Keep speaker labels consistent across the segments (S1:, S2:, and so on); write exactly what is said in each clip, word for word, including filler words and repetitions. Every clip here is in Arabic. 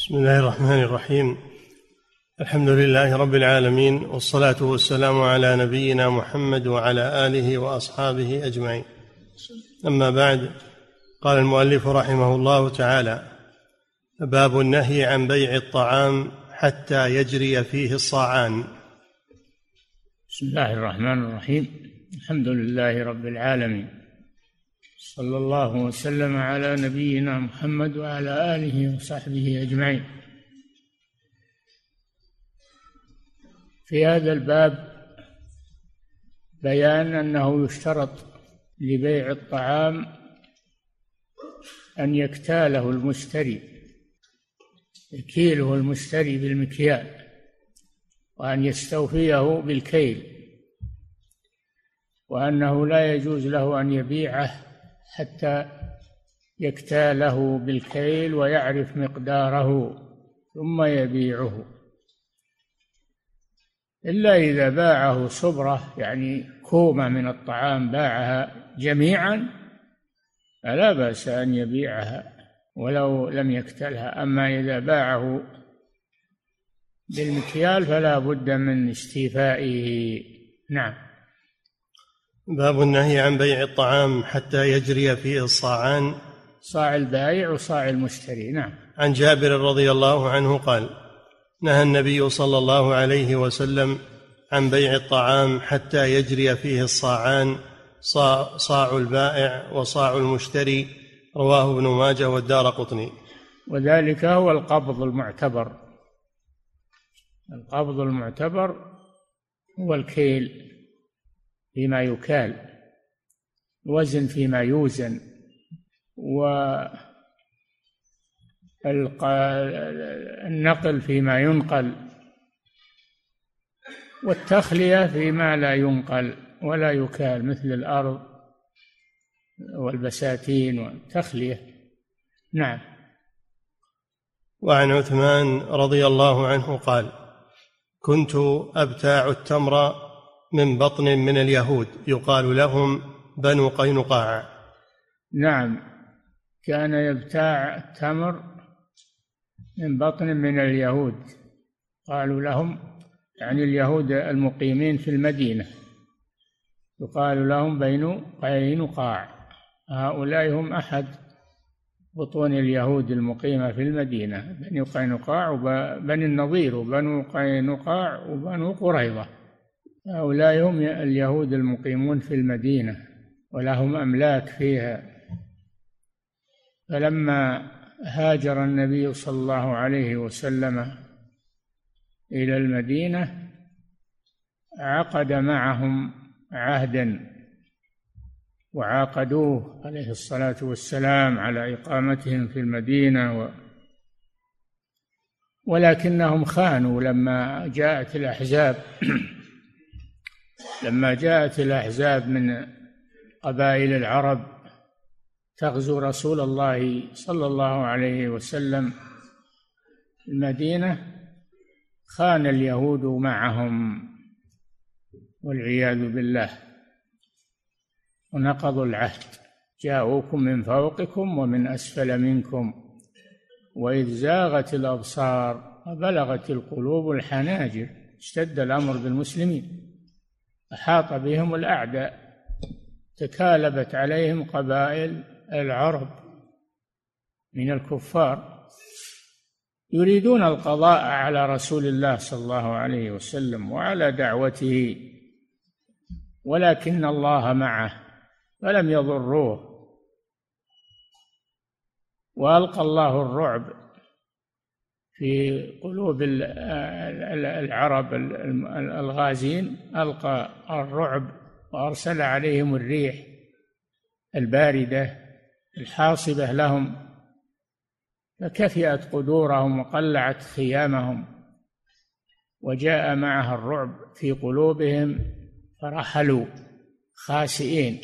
S1: بسم الله الرحمن الرحيم. الحمد لله رب العالمين، والصلاة والسلام على نبينا محمد وعلى آله وأصحابه أجمعين. أما بعد، قال المؤلف رحمه الله تعالى: باب النهي عن بيع الطعام حتى يجري فيه الصاعان.
S2: بسم الله الرحمن الرحيم. الحمد لله رب العالمين، صلى الله وسلم على نبينا محمد وعلى آله وصحبه أجمعين. في هذا الباب بيان أنه يشترط لبيع الطعام أن يكتاله المشتري، يكيله المشتري بالمكيال، وأن يستوفيه بالكيل، وأنه لا يجوز له أن يبيعه حتى يكتاله بالكيل ويعرف مقداره ثم يبيعه، إلا إذا باعه صبرة، يعني كومة من الطعام باعها جميعا، فلا بأس أن يبيعها ولو لم يكتلها. أما إذا باعه بالمكيال فلا بد من استيفائه. نعم.
S1: باب النهي عن بيع الطعام حتى يجري فيه الصاعان،
S2: صاع البائع وصاع المشتري. نعم.
S1: عن جابر رضي الله عنه قال: نهى النبي صلى الله عليه وسلم عن بيع الطعام حتى يجري فيه الصاعان، صاع, صاع البائع وصاع المشتري. رواه ابن ماجه والدارقطني.
S2: وذلك هو القبض المعتبر. القبض المعتبر هو الكيل فيما يكال، الوزن فيما يوزن، والنقل فيما ينقل، والتخلية فيما لا ينقل ولا يكال، مثل الأرض والبساتين والتخلية. نعم.
S1: وعن عثمان رضي الله عنه قال: كنت أبتاع التمر من بطن من اليهود يقال لهم بنو قينقاع.
S2: نعم، كان يبتاع التمر من بطن من اليهود، قالوا لهم، يعني اليهود المقيمين في المدينة، يقال لهم بنو قينقاع. هؤلاء هم أحد بطون اليهود المقيمة في المدينة، بني قينقاع وبني النضير وبنو قينقاع وبنو قريظة. هؤلاء هم اليهود المقيمون في المدينة ولهم أملاك فيها. فلما هاجر النبي صلى الله عليه وسلم إلى المدينة عقد معهم عهدا، وعاقدوه عليه الصلاة والسلام على إقامتهم في المدينة و... ولكنهم خانوا لما جاءت الأحزاب لما جاءت الأحزاب من قبائل العرب تغزو رسول الله صلى الله عليه وسلم المدينة، خان اليهود معهم والعياذ بالله، ونقضوا العهد. جاءوكم من فوقكم ومن أسفل منكم وإذ زاغت الأبصار وبلغت القلوب الحناجر. اشتد الأمر بالمسلمين، أحاط بهم الأعداء، تكالبت عليهم قبائل العرب من الكفار، يريدون القضاء على رسول الله صلى الله عليه وسلم وعلى دعوته، ولكن الله معه فلم يضروه، وألقى الله الرعب في قلوب العرب الغازين، ألقى الرعب وأرسل عليهم الريح الباردة الحاصبة لهم، فكفئت قدورهم وقلعت خيامهم، وجاء معها الرعب في قلوبهم، فرحلوا خاسئين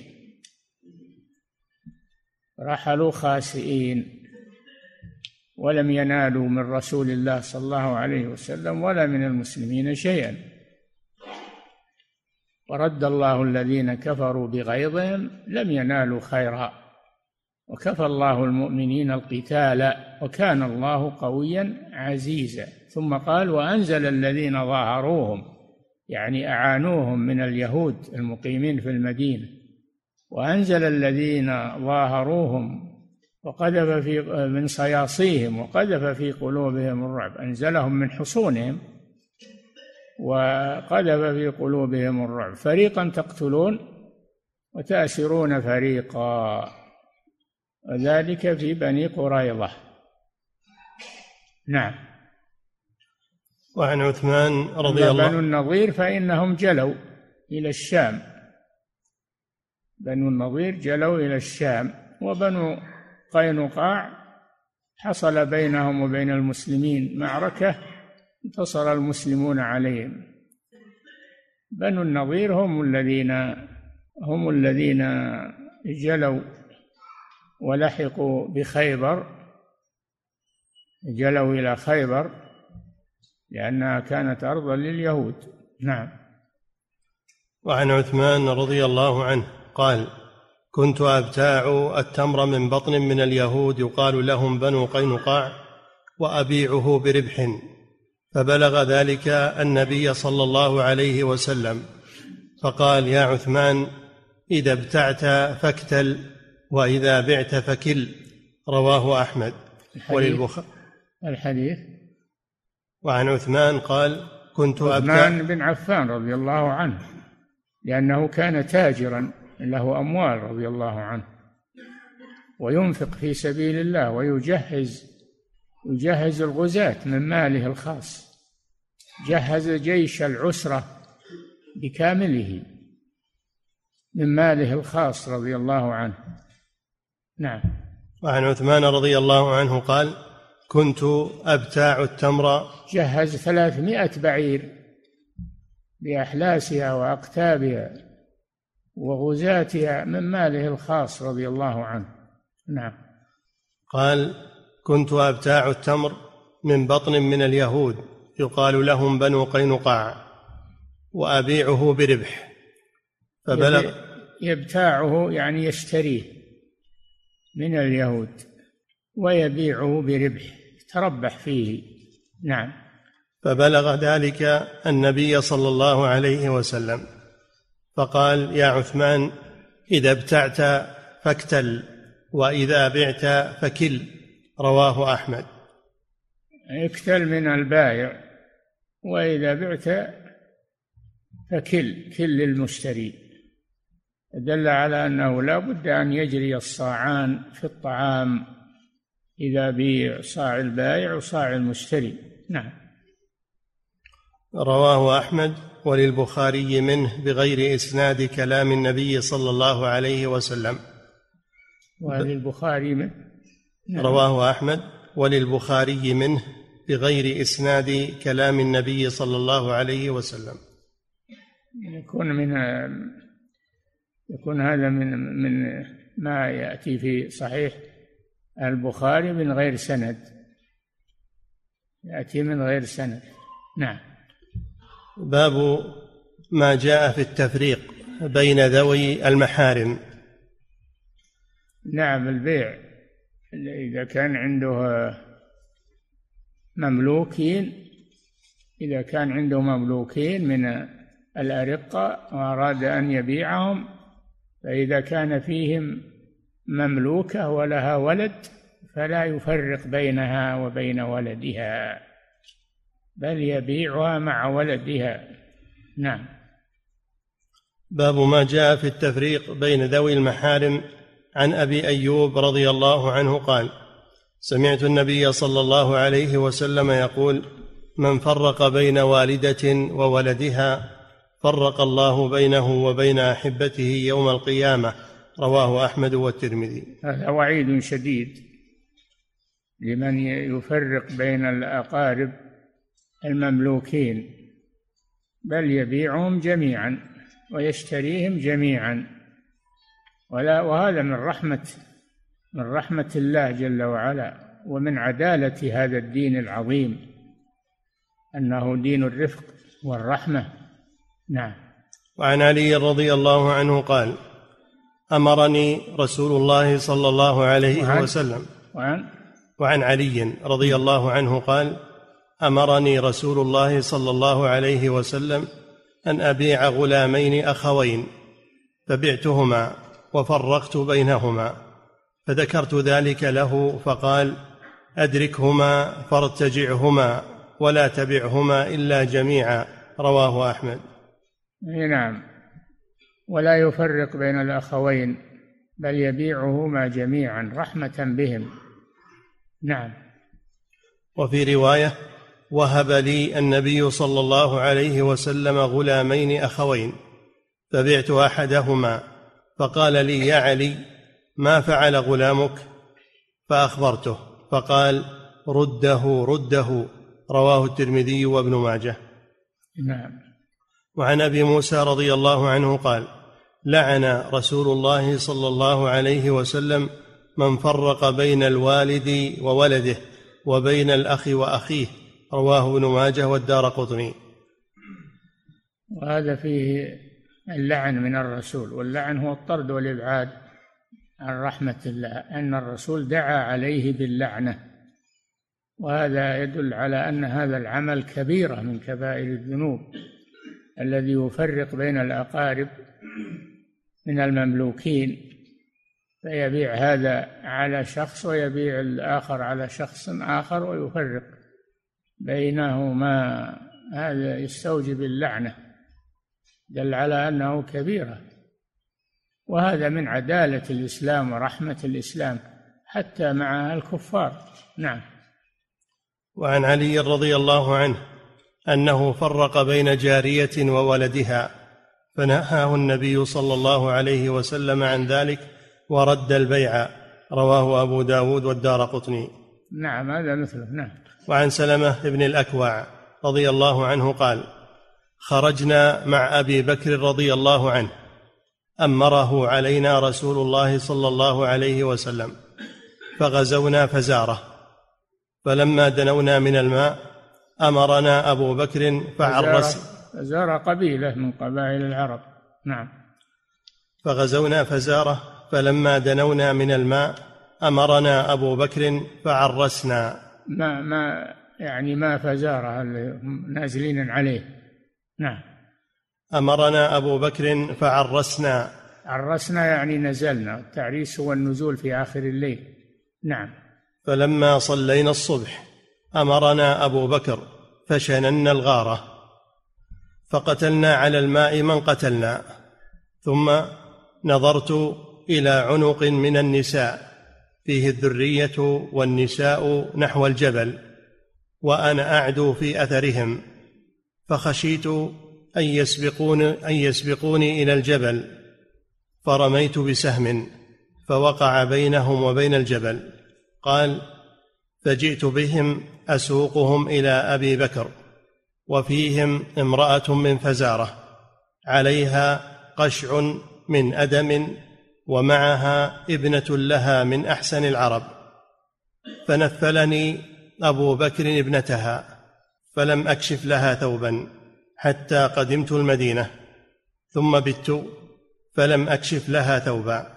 S2: رحلوا خاسئين ولم ينالوا من رسول الله صلى الله عليه وسلم ولا من المسلمين شيئا. ورد الله الذين كفروا بغيظهم لم ينالوا خيرا، وكفى الله المؤمنين القتال وكان الله قويا عزيزا. ثم قال وأنزل الذين ظاهروهم، يعني أعانوهم من اليهود المقيمين في المدينة، وأنزل الذين ظاهروهم وقذف في من صياصيهم وقذف في قلوبهم الرعب، أنزلهم من حصونهم وقذف في قلوبهم الرعب، فريقا تقتلون وتأسرون فريقا، وذلك في بني قريظة. نعم.
S1: وعن عثمان رضي الله.
S2: بنو النضير فإنهم جلوا إلى الشام، بنو النضير جلوا إلى الشام، وبنو قينقاع حصل بينهم وبين المسلمين معركة انتصر المسلمون عليهم. بنو النضير هم الذين هم الذين جلوا ولحقوا بخيبر، جلوا إلى خيبر لأنها كانت أرضا لليهود. نعم.
S1: وعن عثمان رضي الله عنه قال كنت أبتاع التمر من بطن من اليهود يقال لهم بنو قينقاع وأبيعه بربح، فبلغ ذلك النبي صلى الله عليه وسلم فقال يا عثمان إذا ابتعت فاكتل وإذا بعت فكل، رواه أحمد وللبخاري.
S2: الحديث.
S1: وعن عثمان قال كنت أبتاع.
S2: عثمان بن عفان رضي الله عنه، لأنه كان تاجرا له أموال رضي الله عنه، وينفق في سبيل الله ويجهز يجهز الغزاة من ماله الخاص، جهز جيش العسرة بكامله من ماله الخاص رضي الله عنه. نعم.
S1: وعن عثمان رضي الله عنه قال كنت أبتاع التمر،
S2: جهز ثلاثمائة بعير بأحلاسها وأقتابها وغزاتها من ماله الخاص رضي الله عنه. نعم.
S1: قال كنت أبتاع التمر من بطن من اليهود يقال لهم بنو قينقاع وأبيعه بربح، فبلغ.
S2: يبتاعه يعني يشتريه من اليهود ويبيعه بربح، تربح فيه. نعم.
S1: فبلغ ذلك النبي صلى الله عليه وسلم فقال يا عثمان إذا ابتعت فاكتل وإذا بعت فكل، رواه أحمد.
S2: اكتل من البائع، وإذا بعت فكل، كل المشتري، دل على أنه لا بد أن يجري الصاعان في الطعام إذا بيع، صاع البائع وصاع المشتري. نعم.
S1: رواه أحمد وللبخاري منه بغير إسناد كلام النبي صلى الله عليه وسلم.
S2: وللبخاري منه.
S1: نعم. رواه أحمد وللبخاري منه بغير إسناد كلام النبي صلى الله عليه وسلم.
S2: يكون من يكون هذا من من ما يأتي في صحيح البخاري من غير سند، يأتي من غير سند. نعم.
S1: باب ما جاء في التفريق بين ذوي المحارم.
S2: نعم. البيع إذا كان عنده مملوكين، إذا كان عنده مملوكين من الأرقة وأراد أن يبيعهم، فإذا كان فيهم مملوكة ولها ولد فلا يفرق بينها وبين ولدها، بل يبيعها مع ولدها. نعم.
S1: باب ما جاء في التفريق بين ذوي المحارم. عن أبي أيوب رضي الله عنه قال سمعت النبي صلى الله عليه وسلم يقول من فرق بين والدة وولدها فرق الله بينه وبين أحبته يوم القيامة، رواه أحمد والترمذي.
S2: هذا وعيد شديد لمن يفرق بين الأقارب المملوكين، بل يبيعهم جميعا ويشتريهم جميعا، ولا وهذا من رحمة من رحمة الله جل وعلا، ومن عدالة هذا الدين العظيم، أنه دين الرفق والرحمة. نعم.
S1: وعن علي رضي الله عنه قال أمرني رسول الله صلى الله عليه
S2: وعن
S1: وسلم
S2: وعن
S1: وعن علي رضي الله عنه قال: أمرني رسول الله صلى الله عليه وسلم أن أبيع غلامين أخوين، فبعتهما وفرقت بينهما، فذكرت ذلك له فقال: أدركهما فارتجعهما ولا تبعهما إلا جميعا. رواه أحمد.
S2: نعم، ولا يفرق بين الأخوين بل يبيعهما جميعا رحمة بهم. نعم.
S1: وفي رواية: وهب لي النبي صلى الله عليه وسلم غلامين أخوين، فبعت أحدهما، فقال لي: يا علي، ما فعل غلامك؟ فأخبرته، فقال: رده رده. رواه الترمذي وابن ماجه.
S2: نعم.
S1: وعن أبي موسى رضي الله عنه قال: لعن رسول الله صلى الله عليه وسلم من فرق بين الوالد وولده وبين الأخ وأخيه. رواه ابن ماجه والدارقطني.
S2: وهذا فيه اللعن من الرسول، واللعن هو الطرد والإبعاد عن رحمة الله، أن الرسول دعا عليه باللعنة، وهذا يدل على أن هذا العمل كبيرة من كبائر الذنوب، الذي يفرق بين الأقارب من المملوكين، فيبيع هذا على شخص ويبيع الآخر على شخص آخر ويفرق بينهما، هذا يستوجب اللعنة، دل على أنه كبيرة. وهذا من عدالة الإسلام ورحمة الإسلام حتى مع الكفار. نعم.
S1: وعن علي رضي الله عنه أنه فرق بين جارية وولدها، فنهاه النبي صلى الله عليه وسلم عن ذلك ورد البيع. رواه أبو داود والدارقطني.
S2: نعم، هذا مثله. نعم.
S1: وعن سلمة بن الأكوع رضي الله عنه قال: خرجنا مع أبي بكر رضي الله عنه، أمره علينا رسول الله صلى الله عليه وسلم، فغزونا فزاره، فلما دنونا من الماء أمرنا أبو بكر فعرس
S2: فزار قبيلة من قبائل العرب. نعم.
S1: فغزونا فزاره، فلما دنونا من الماء أمرنا أبو بكر فعرسنا.
S2: ما ما يعني ما فزاره نازلين عليه. نعم.
S1: أمرنا أبو بكر فعرسنا.
S2: عرسنا يعني نزلنا، التعريس هو النزول في آخر الليل. نعم.
S1: فلما صلينا الصبح أمرنا أبو بكر فشننا الغارة، فقتلنا على الماء من قتلنا، ثم نظرت إلى عنق من النساء فيه الذرية والنساء نحو الجبل، وأنا أعدو في أثرهم، فخشيت أن يسبقون أن يسبقوني إلى الجبل، فرميت بسهم فوقع بينهم وبين الجبل. قال: فجئت بهم أسوقهم إلى أبي بكر، وفيهم امرأة من فزارة عليها قشع من أدم، ومعها ابنة لها من أحسن العرب، فنفلني أبو بكر ابنتها، فلم أكشف لها ثوبا حتى قدمت المدينة، ثم بت فلم أكشف لها ثوبا،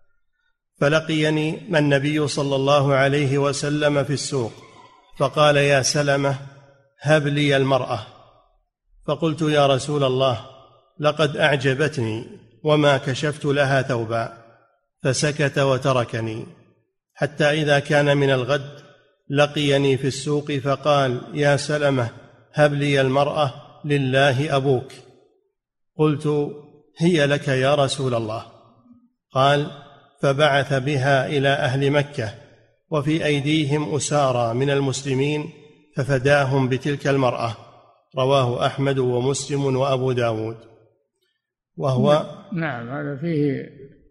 S1: فلقيني النبي صلى الله عليه وسلم في السوق، فقال: يا سلمة، هب لي المرأة. فقلت: يا رسول الله، لقد أعجبتني وما كشفت لها ثوبا، فسكت وتركني، حتى إذا كان من الغد لقيني في السوق فقال: يا سلمة، هب لي المرأة، لله أبوك. قلت: هي لك يا رسول الله. قال: فبعث بها إلى أهل مكة، وفي أيديهم أسارى من المسلمين، ففداهم بتلك المرأة. رواه أحمد ومسلم وأبو داود. وهو
S2: نعم، هذا فيه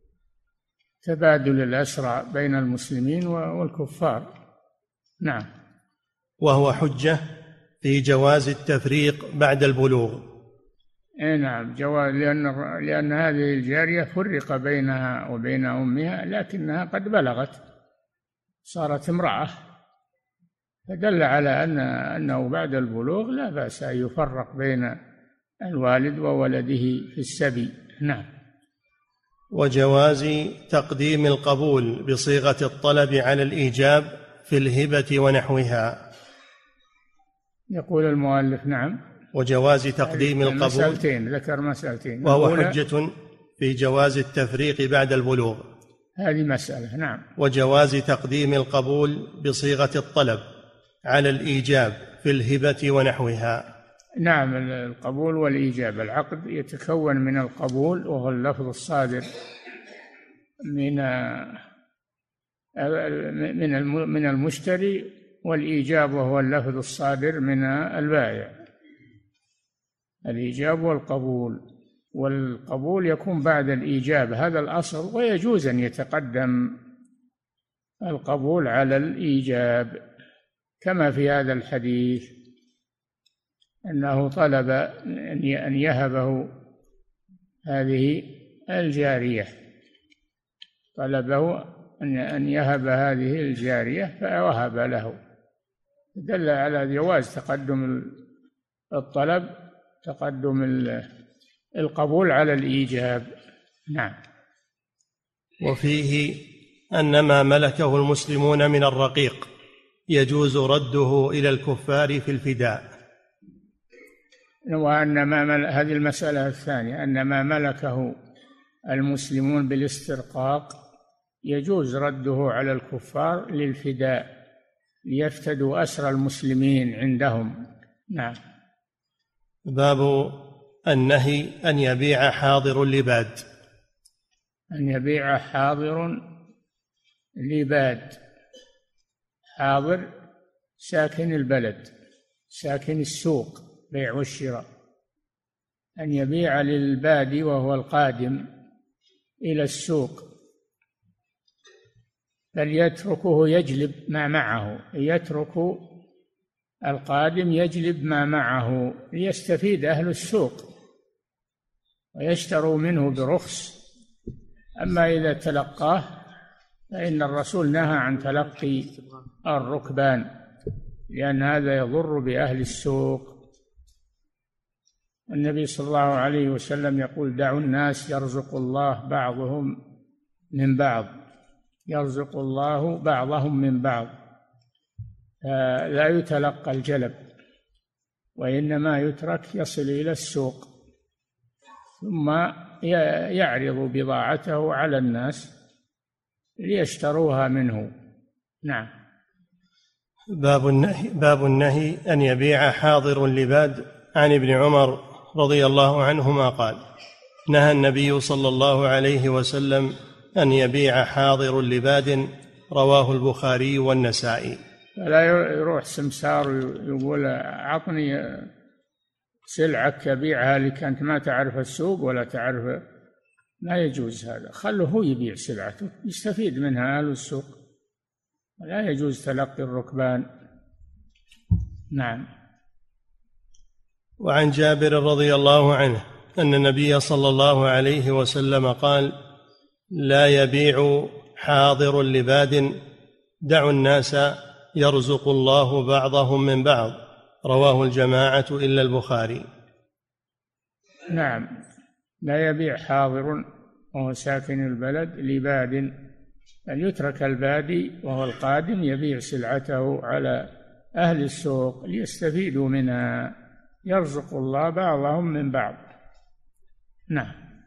S2: تبادل الأسرى بين المسلمين والكفار. نعم.
S1: وهو حجة في جواز التفريق بعد البلوغ.
S2: اي نعم، جواز، لأن لأن هذه الجارية فرق بينها وبين أمها، لكنها قد بلغت، صارت امرأة، فدل على أن أنه بعد البلوغ لا بأس أن يفرق بين الوالد وولده في السبي. نعم.
S1: وجواز تقديم القبول بصيغة الطلب على الإيجاب في الهبة ونحوها.
S2: يقول المؤلف نعم.
S1: وجواز تقديم القبول
S2: مسألتين، ذكر مسألتين،
S1: وهو حجة في جواز التفريق بعد البلوغ،
S2: هذه مسألة. نعم.
S1: وجواز تقديم القبول بصيغة الطلب على الإيجاب في الهبة ونحوها.
S2: نعم، القبول والإيجاب، العقد يتكون من القبول وهو اللفظ الصادر من من من المشتري، والإيجاب وهو اللفظ الصادر من البائع. الإيجاب والقبول، والقبول يكون بعد الإيجاب، هذا الأصل، ويجوز أن يتقدم القبول على الإيجاب كما في هذا الحديث أنه طلب أن يهبه هذه الجارية، طلبه أن يهب هذه الجارية فوهب له، دل على جواز تقدم الطلب، تقدم القبول على الإيجاب. نعم.
S1: وفيه أن ما ملكه المسلمون من الرقيق يجوز رده إلى الكفار في الفداء.
S2: وأن ما مل... هذه المسألة الثانية، أن ما ملكه المسلمون بالاسترقاق يجوز رده على الكفار للفداء، ليفتدوا أسر المسلمين عندهم. نعم.
S1: باب النهي أن يبيع حاضر لباد.
S2: أن يبيع حاضر لباد، حاضر ساكن البلد، ساكن السوق، بيع والشراء، أن يبيع للبادي وهو القادم إلى السوق، بل يتركه يجلب ما معه، يترك القادم يجلب ما معه ليستفيد أهل السوق ويشتروا منه برخص. أما إذا تلقاه فإن الرسول نهى عن تلقي الركبان، لأن هذا يضر بأهل السوق. النبي صلى الله عليه وسلم يقول: دعوا الناس يرزق الله بعضهم من بعض، يرزق الله بعضهم من بعض، لا يتلقى الجلب، وإنما يترك يصل إلى السوق ثم يعرض بضاعته على الناس ليشتروها منه. نعم.
S1: باب النهي, باب النهي أن يبيع حاضر لباد. عن ابن عمر رضي الله عنهما قال: نهى النبي صلى الله عليه وسلم أن يبيع حاضر لباد، رواه البخاري والنسائي.
S2: لا يروح سمسار يقول: أعطني سلعك أبيعها لك، أنت ما تعرف السوق ولا تعرف، لا يجوز هذا، خله هو يبيع سلعته يستفيد منها أهل السوق، لا يجوز تلقي الركبان. نعم.
S1: وعن جابر رضي الله عنه أن النبي صلى الله عليه وسلم قال: لا يبيع حاضر لباد، دعوا الناس يرزق الله بعضهم من بعض، رواه الجماعة إلا البخاري.
S2: نعم. لا يبيع حاضر وهو ساكن البلد لباد، أن يترك البادي وهو القادم يبيع سلعته على أهل السوق ليستفيدوا منها، يرزق الله بعضهم من بعض. نعم.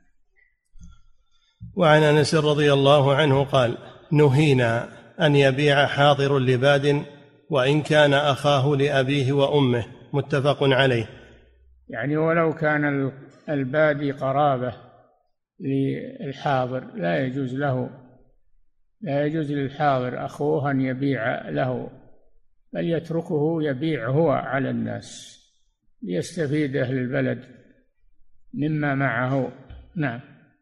S1: وعن أنس رضي الله عنه قال: نهينا أن يبيع حاضر لباد وإن كان أخاه لأبيه وأمه، متفق عليه.
S2: يعني ولو كان البادي قرابة للحاضر لا يجوز له، لا يجوز للحاضر أخوه أن يبيع له، بل يتركه يبيع هو على الناس ليستفيد أهل البلد مما معه. نعم.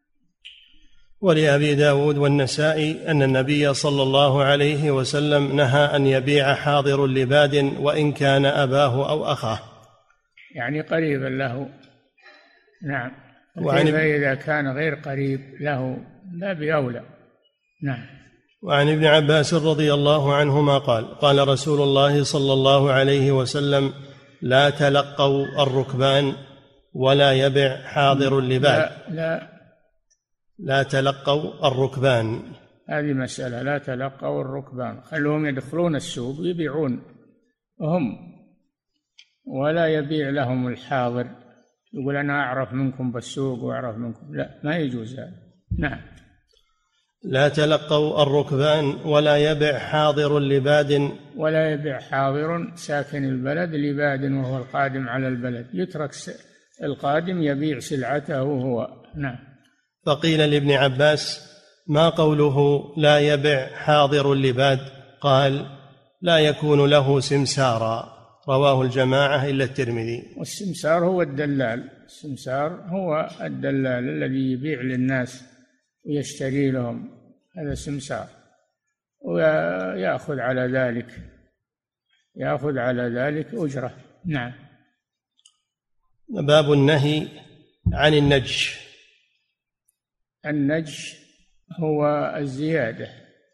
S1: ولأبي داود والنسائي أن النبي صلى الله عليه وسلم نهى أن يبيع حاضر لباد وإن كان أباه أو أخاه،
S2: يعني قريبا له. نعم. وكيف إذا كان غير قريب له لا بأولى. نعم.
S1: وعن ابن عباس رضي الله عنهما قال: قال رسول الله صلى الله عليه وسلم: لا تلقوا الركبان ولا يبع حاضر لباد.
S2: لا, لا
S1: لا تلقوا الركبان.
S2: هذه مسألة، لا تلقوا الركبان، خلوهم يدخلون السوق ويبيعون هم، ولا يبيع لهم الحاضر يقول أنا أعرف منكم بالسوق وأعرف منكم، لا، ما يجوز هذا. نعم.
S1: لا تلقوا الركبان ولا يبع حاضر لباد،
S2: ولا يبيع حاضر ساكن البلد لباد وهو القادم على البلد، يترك القادم يبيع سلعته هو. نعم.
S1: فقيل لابن عباس ما قوله لا يبع حاضر لباد؟ قال لا يكون له سمسارا، رواه الجماعة إلا الترمذي.
S2: والسمسار هو الدلال، السمسار هو الدلال الذي يبيع للناس ويشتري لهم، هذا سمسار، ويأخذ على ذلك يأخذ على ذلك أجرة. نعم.
S1: باب النهي عن النجش.
S2: النجش هو الزيادة،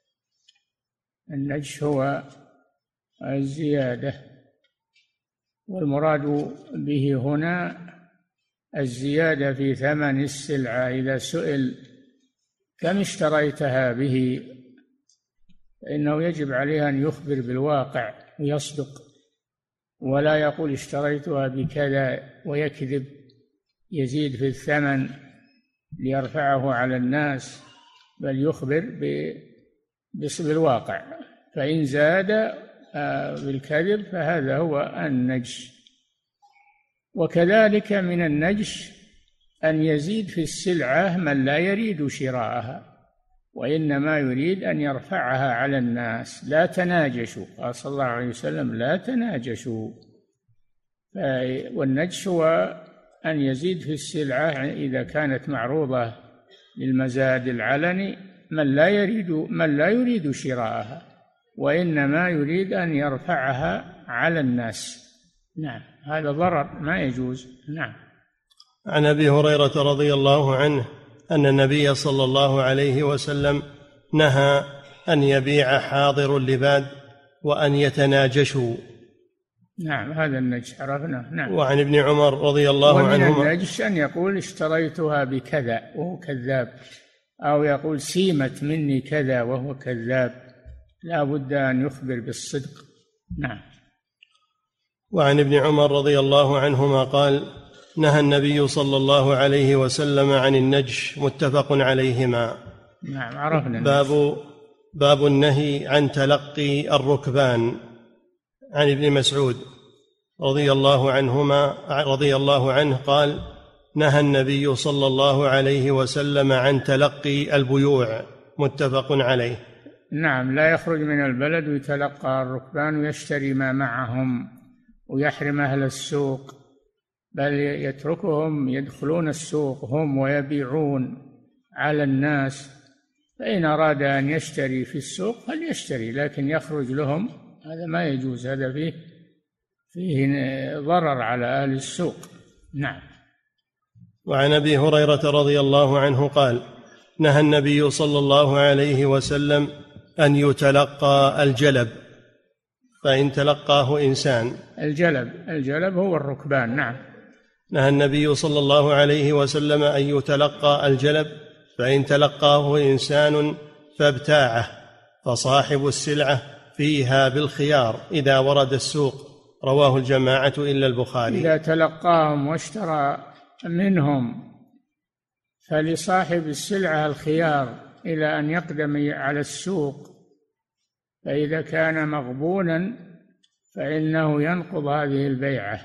S2: النجش هو الزيادة، والمراد به هنا الزيادة في ثمن السلعة. إذا سئل كم اشتريتها به فإنه يجب عليه أن يخبر بالواقع ويصدق، ولا يقول اشتريتها بكذا ويكذب يزيد في الثمن ليرفعه على الناس، بل يخبر بالواقع، فإن زاد بالكذب فهذا هو النجش. وكذلك من النجش أن يزيد في السلعة من لا يريد شراءها وإنما يريد أن يرفعها على الناس. لا تناجشوا، قال صلى الله عليه وسلم لا تناجشوا. والنجش هو أن يزيد في السلعة إذا كانت معروضة للمزاد العلني من لا يريد من لا يريد شراءها وإنما يريد أن يرفعها على الناس. نعم، هذا ضرر ما يجوز. نعم.
S1: عن أبي هريرة رضي الله عنه أن النبي صلى الله عليه وسلم نهى أن يبيع حاضر اللباد وأن يتناجشوا.
S2: نعم، هذا النجش عرفنا. نعم.
S1: وعن ابن عمر رضي الله عنهما
S2: ومن النجش أن يقول اشتريتها بكذا وهو كذاب، أو يقول سيمت مني كذا وهو كذاب، لا بد أن يخبر بالصدق. نعم.
S1: وعن ابن عمر رضي الله عنهما قال نهى النبي صلى الله عليه وسلم عن النجش، متفق عليهما.
S2: نعم، عرفنا.
S1: باب باب النهي عن تلقي الركبان. عن ابن مسعود رضي الله عنهما رضي الله عنه قال نهى النبي صلى الله عليه وسلم عن تلقي البيوع، متفق عليه.
S2: نعم، لا يخرج من البلد ويتلقى الركبان ويشتري ما معهم ويحرم أهل السوق، بل يتركهم يدخلون السوق هم ويبيعون على الناس. فإن أراد أن يشتري في السوق فليشتري، لكن يخرج لهم هذا ما يجوز، هذا فيه فيه ضرر على أهل السوق. نعم.
S1: وعن أبي هريرة رضي الله عنه قال نهى النبي صلى الله عليه وسلم أن يتلقى الجلب، فإن تلقاه إنسان.
S2: الجلب الجلب هو الركبان. نعم.
S1: نهى النبي صلى الله عليه وسلم أن يتلقى الجلب، فإن تلقاه إنسان فابتاعه فصاحب السلعة فيها بالخيار إذا ورد السوق، رواه الجماعة إلا البخاري.
S2: إذا تلقاهم واشترى منهم فلصاحب السلعة الخيار إلى أن يقدم على السوق، فإذا كان مغبونا فإنه ينقض هذه البيعة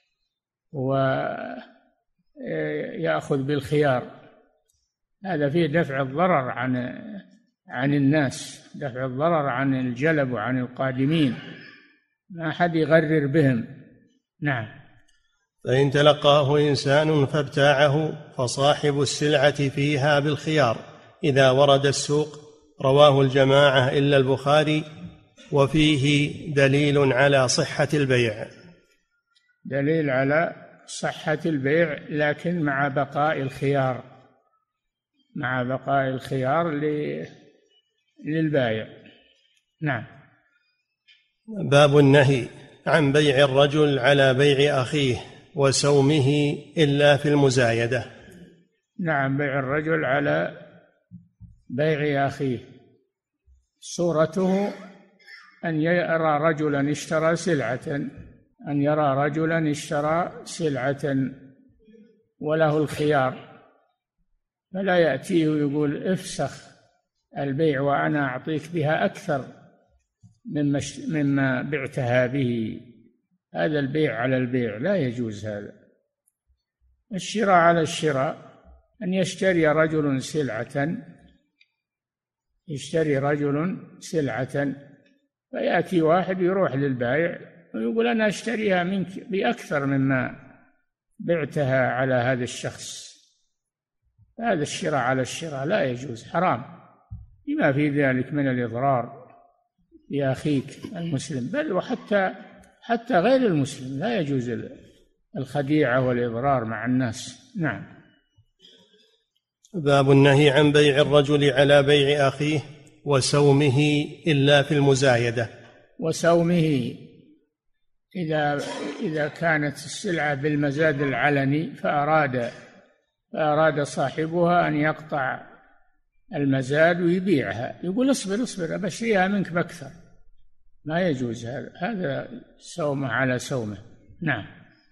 S2: ويأخذ بالخيار. هذا فيه دفع الضرر عن عن الناس، دفع الضرر عن الجلب وعن القادمين، ما أحد يغرر بهم. نعم.
S1: فإن تلقاه إنسان فابتاعه فصاحب السلعة فيها بالخيار إذا ورد السوق، رواه الجماعة إلا البخاري. وفيه دليل على صحة البيع،
S2: دليل على صحة البيع، لكن مع بقاء الخيار، مع بقاء الخيار للبائع. نعم.
S1: باب النهي عن بيع الرجل على بيع أخيه وسومه إلا في المزايدة.
S2: نعم، بيع الرجل على بيع أخيه صورته أن يرى رجلا اشترى سلعة أن يرى رجلا اشترى سلعة وله الخيار، فلا يأتيه ويقول افسخ البيع وأنا أعطيك بها أكثر مما مما بعتها به. هذا البيع على البيع لا يجوز. هذا الشراء على الشراء، أن يشتري رجل سلعة يشتري رجل سلعة فيأتي واحد يروح للبائع ويقول أنا أشتريها منك بأكثر مما بعتها على هذا الشخص. هذا الشراء على الشراء لا يجوز، حرام، بما في ذلك من الإضرار بأخيك المسلم، بل وحتى حتى غير المسلم لا يجوز الخديعة والإضرار مع الناس. نعم.
S1: باب النهي عن بيع الرجل على بيع أخيه وسومه إلا في المزايدة.
S2: وسومه إذا إذا كانت السلعة بالمزاد العلني فأراد فأراد صاحبها أن يقطع المزاد ويبيعها، يقول اصبر اصبر أبشريها منك بأكثر، ما يجوز هذا، هذا سومه على سومه. نعم.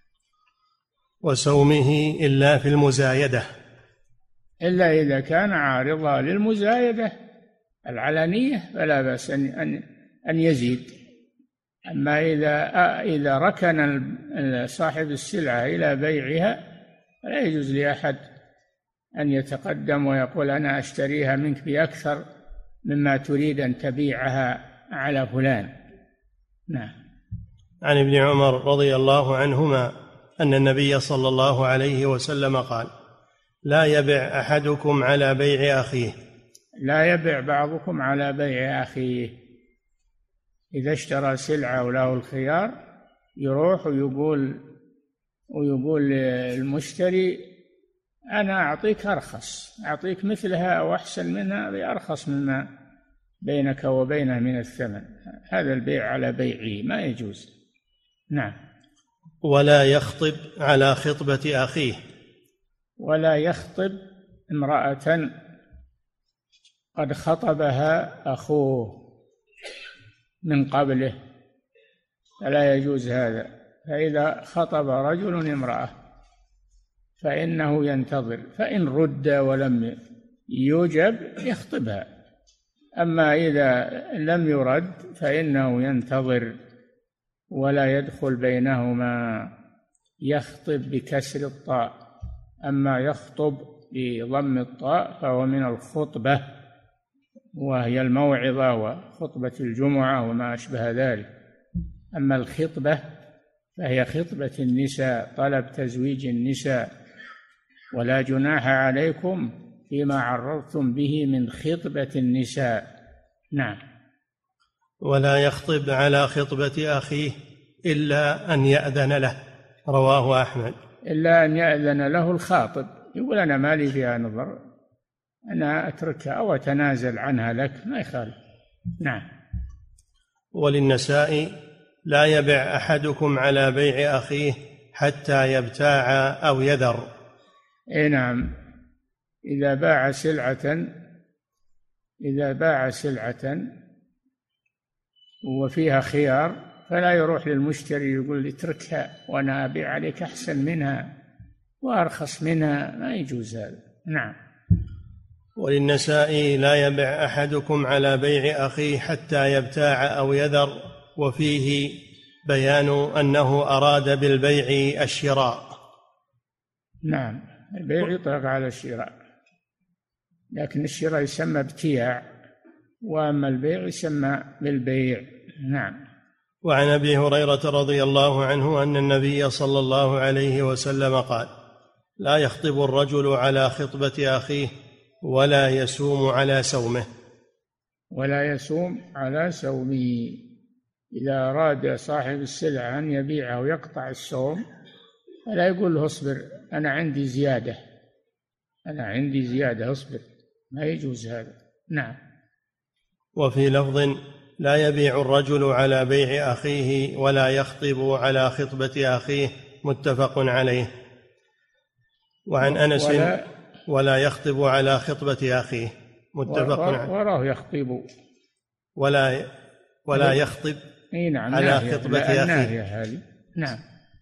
S1: وسومه إلا في المزايدة،
S2: إلا إذا كان عارضا للمزايدة العلنية فلا بأس أن أن يزيد. أما إذا إذا ركن صاحب السلعة إلى بيعها فلا يجوز لأحد أن يتقدم ويقول أنا أشتريها منك بأكثر مما تريد أن تبيعها على فلان. نعم.
S1: عن ابن عمر رضي الله عنهما أن النبي صلى الله عليه وسلم قال: لا يبع أحدكم على بيع أخيه.
S2: لا يبع بعضكم على بيع أخيه. إذا اشترى سلعة وله الخيار يروح ويقول ويقول للمشتري أنا أعطيك أرخص، أعطيك مثلها أو أحسن منها بأرخص مما بينك وبينه من الثمن. هذا البيع على بيعه ما يجوز. نعم.
S1: ولا يخطب على خطبة أخيه.
S2: ولا يخطب امرأة قد خطبها أخوه من قبله، فلا يجوز هذا. فإذا خطب رجل امرأة فإنه ينتظر، فإن رد ولم يوجب يخطبها، أما إذا لم يرد فإنه ينتظر ولا يدخل بينهما. يخطب بكسر الطاء، أما يخطب بضم الطاء فهو من الخطبة وهي الموعظة وخطبة الجمعة وما أشبه ذلك. أما الخطبة فهي خطبة النساء، طلب تزويج النساء. ولا جناح عليكم فيما عرضتم به من خطبة النساء. نعم.
S1: ولا يخطب على خطبة أخيه إلا أن يأذن له، رواه أحمد.
S2: إلا أن يأذن له الخاطب، يقول أنا مالي فيها نظر، أنا أتركها أو أتنازل عنها لك، ما يخالف. نعم.
S1: وللنساء: لا يبع أحدكم على بيع أخيه حتى يبتاع أو يذر.
S2: إيه نعم. إذا باع سلعة إذا باع سلعة وفيها خيار فلا يروح للمشتري يقول اتركها وأنا أبيع عليك أحسن منها وأرخص منها، ما يجوز هذا. نعم.
S1: وللنساء: لا يبع أحدكم على بيع أخيه حتى يبتاع أو يذر، وفيه بيان أنه أراد بالبيع الشراء.
S2: نعم. البيع يطلق على الشراء، لكن الشراء يسمى ابتياع، وأما البيع يسمى بالبيع. نعم.
S1: وعن أبي هريرة رضي الله عنه أن النبي صلى الله عليه وسلم قال: لا يخطب الرجل على خطبة أخيه ولا يسوم على سومه.
S2: ولا يسوم على سومه. إذا أراد صاحب السلعة أن يبيعه ويقطع السوم فلا يقول له اصبر أنا عندي زيادة أنا عندي زيادة اصبر، ما يجوز هذا. نعم.
S1: وفي لفظ: لا يبيع الرجل على بيع أخيه ولا يخطب على خطبة أخيه، متفق عليه. وعن أنس
S2: ولا,
S1: ولا يخطب على خطبة أخيه. متفق عليه.
S2: وراه يخطب
S1: ولا ولا يخطب
S2: نعم
S1: على خطبة أخيه.
S2: هذه نعم.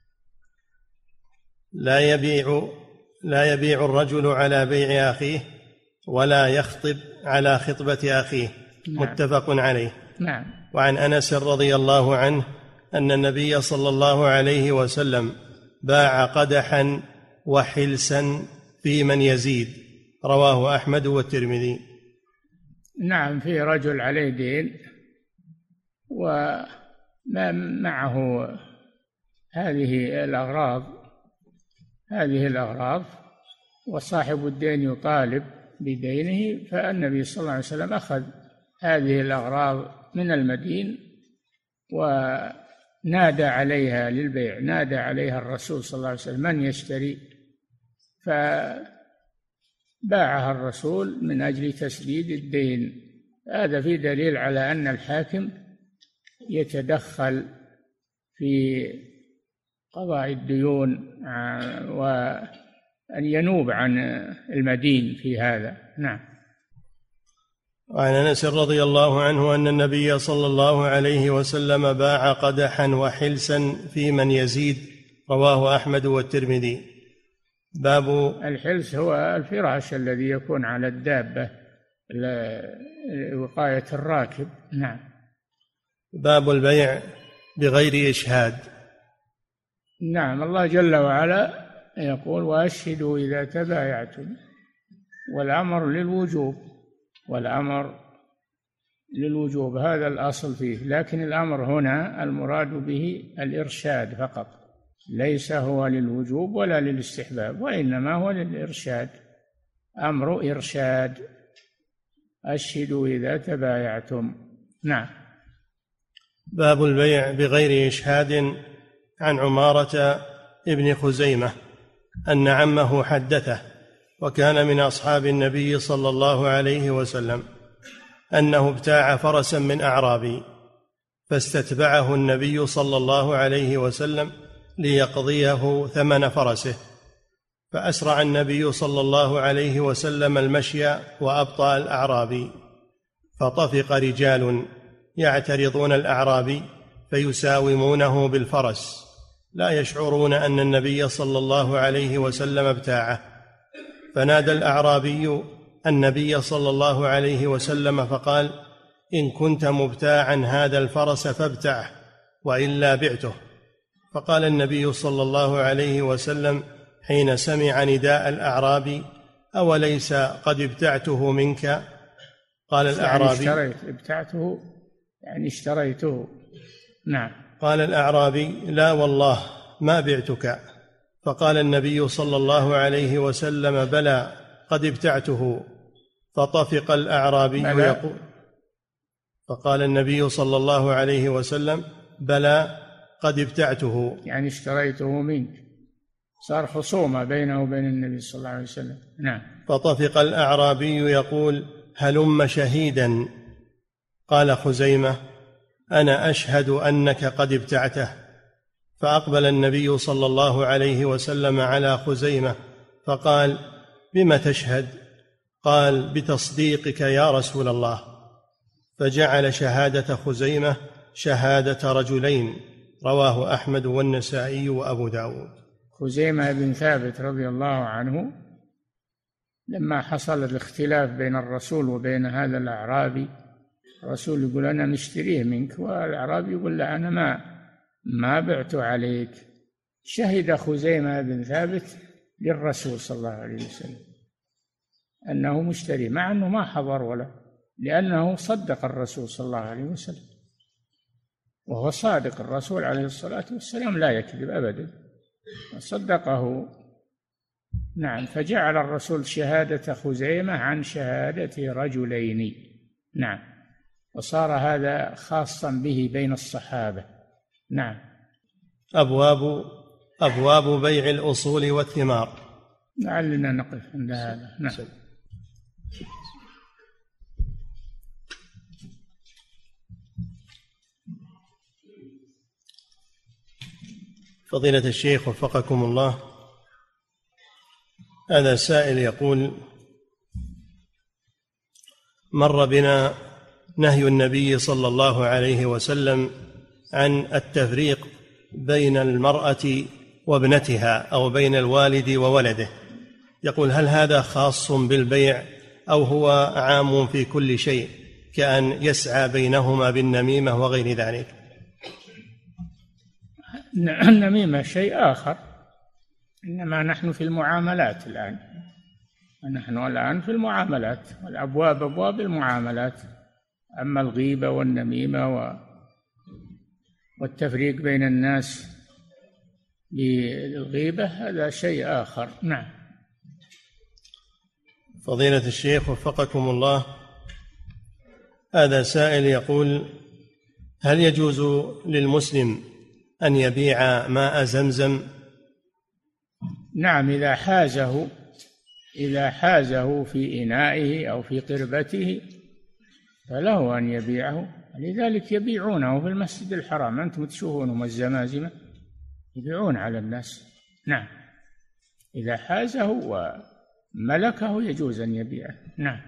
S1: لا يبيع لا يبيع الرجل على بيع أخيه ولا يخطب على خطبة أخيه. نعم. متفق عليه.
S2: نعم.
S1: وعن أنس رضي الله عنه أن النبي صلى الله عليه وسلم باع قدحا وحلسا في من يزيد، رواه أحمد والترمذي.
S2: نعم، في رجل عليه دين وما معه هذه الأغراض هذه الأغراض وصاحب الدين يطالب بدينه، فالنبي صلى الله عليه وسلم أخذ هذه الأغراض من المدين ونادى عليها للبيع، نادى عليها الرسول صلى الله عليه وسلم من يشتري، فباعها الرسول من أجل تسديد الدين. هذا في دليل على أن الحاكم يتدخل في قضاء الديون وأن ينوب عن المدين في هذا. نعم.
S1: وعن أنس رضي الله عنه أن النبي صلى الله عليه وسلم باع قدحا وحلسا في من يزيد، رواه أحمد والترمذي. باب
S2: الحلس هو الفراش الذي يكون على الدابة لوقاية الراكب. نعم.
S1: باب البيع بغير إشهاد.
S2: نعم، الله جل وعلا يقول وأشهدوا إذا تبايعتم، والأمر للوجوب والأمر للوجوب هذا الأصل فيه، لكن الأمر هنا المراد به الإرشاد فقط، ليس هو للوجوب ولا للاستحباب، وإنما هو للإرشاد، أمر إرشاد. أشهدوا إذا تبايعتم. نعم.
S1: باب البيع بغير إشهاد. عن عمارة ابن خزيمة أن عمه حدثه، وكان من أصحاب النبي صلى الله عليه وسلم، أنه ابتاع فرسا من أعرابي، فاستتبعه النبي صلى الله عليه وسلم ليقضيه ثمن فرسه، فأسرع النبي صلى الله عليه وسلم المشي وأبطأ الأعرابي، فطفق رجال يعترضون الأعرابي فيساومونه بالفرس، لا يشعرون أن النبي صلى الله عليه وسلم ابتاعه. فنادى الأعرابي النبي صلى الله عليه وسلم فقال: إن كنت مبتاعا هذا الفرس فابتعه، وإلا بعته. فقال النبي صلى الله عليه وسلم حين سمع نداء الأعرابي: أوليس قد ابتعته منك؟ قال الأعرابي:
S2: يعني اشتريت ابتعته يعني اشتريته. نعم.
S1: قال الأعرابي: لا والله ما بعتك. فقال النبي صلى الله عليه وسلم: بلى قد ابتعته. فطفق الأعرابي يقول فقال النبي صلى الله عليه وسلم: بلى قد ابتعته،
S2: يعني اشتريته منك، صار خصومة بينه وبين النبي صلى الله عليه وسلم. نعم.
S1: فطفق الأعرابي يقول: هلم شهيدا. قال خزيمة: أنا أشهد أنك قد ابتعته. فأقبل النبي صلى الله عليه وسلم على خزيمة فقال: بم تشهد؟ قال: بتصديقك يا رسول الله. فجعل شهادة خزيمة شهادة رجلين، رواه أحمد والنسائي وأبو داود.
S2: خزيمة بن ثابت رضي الله عنه لما حصل الاختلاف بين الرسول وبين هذا الأعرابي، الرسول يقول أنا نشتريه منك، والأعرابي يقول لا أنا ما ما بعت عليك. شهد خزيمة بن ثابت للرسول صلى الله عليه وسلم أنه مشتري، مع أنه ما حضر ولا، لأنه صدق الرسول صلى الله عليه وسلم، وهو صادق. الرسول عليه الصلاة والسلام لا يكذب أبدا، صدقه. نعم. فجعل الرسول شهادة خزيمة عن شهادة رجلين. نعم. وصار هذا خاصا به بين الصحابة. نعم.
S1: أبواب أبواب بيع الأصول والثمار.
S2: لعلنا نقف عند هذا. نعم.
S1: فضيلة الشيخ وفقكم الله، هذا سائل يقول: مر بنا نهي النبي صلى الله عليه وسلم عن التفريق بين المرأة وابنتها أو بين الوالد وولده. يقول: هل هذا خاص بالبيع أو هو عام في كل شيء كأن يسعى بينهما بالنميمة وغير ذلك؟
S2: النميمة شيء آخر، إنما نحن في المعاملات الآن، نحن الآن في المعاملات، والأبواب أبواب المعاملات. أما الغيبة والنميمة والتفريق بين الناس بالغيبة هذا شيء آخر. نعم.
S1: فضيلة الشيخ وفقكم الله، هذا سائل يقول: هل يجوز للمسلم أن يبيع ماء زمزم؟
S2: نعم، إذا حازه إذا حازه في إنائه أو في قربته فله أن يبيعه، لذلك يبيعونه في المسجد الحرام، أنتم تشوفونهم الزمازمة يبيعون على الناس. نعم، إذا حازه وملكه يجوز أن يبيعه. نعم.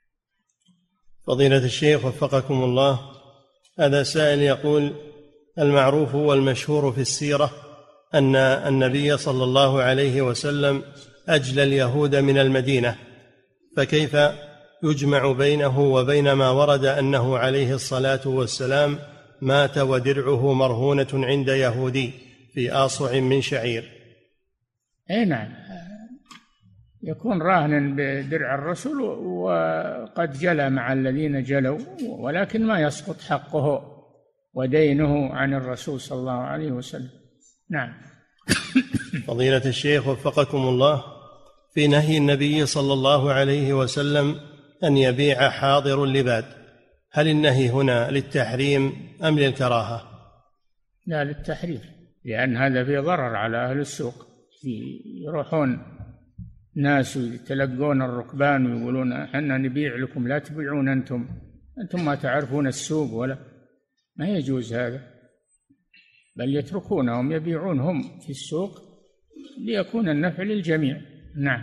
S1: فضيلة الشيخ وفقكم الله، هذا سائل يقول: المعروف والمشهور في السيرة أن النبي صلى الله عليه وسلم أجلى اليهود من المدينة، فكيف يجمع بينه وبين ما ورد أنه عليه الصلاة والسلام مات ودرعه مرهونة عند يهودي في آصع من شعير؟
S2: أي نعم، يكون راهنا بدرع الرسول وقد جلى مع الذين جلوا، ولكن ما يسقط حقه ودينه عن الرسول صلى الله عليه وسلم. نعم.
S1: فضيلة الشيخ وفقكم الله، في نهي النبي صلى الله عليه وسلم أن يبيع حاضر اللباد، هل النهي هنا للتحريم أم للكراهة؟
S2: لا، للتحريم، لأن هذا فيه ضرر على أهل السوق، يروحون ناس يتلقون الركبان ويقولون احنا نبيع لكم، لا تبيعون أنتم أنتم ما تعرفون السوق، ولا ما يجوز هذا، بل يتركونهم يبيعون هم في السوق ليكون النفع للجميع. نعم.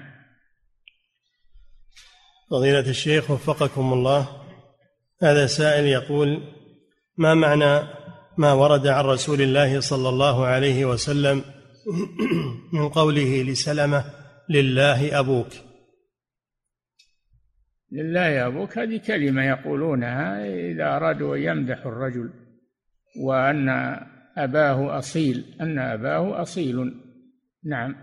S1: فضيلة الشيخ وفقكم الله، هذا سائل يقول: ما معنى ما ورد عن رسول الله صلى الله عليه وسلم من قوله لسلمة: لله أبوك؟
S2: لله أبوك هذه كلمة يقولونها إذا أرادوا أن يمدحوا الرجل، وأن أباه أصيل، أن أباه أصيل. نعم.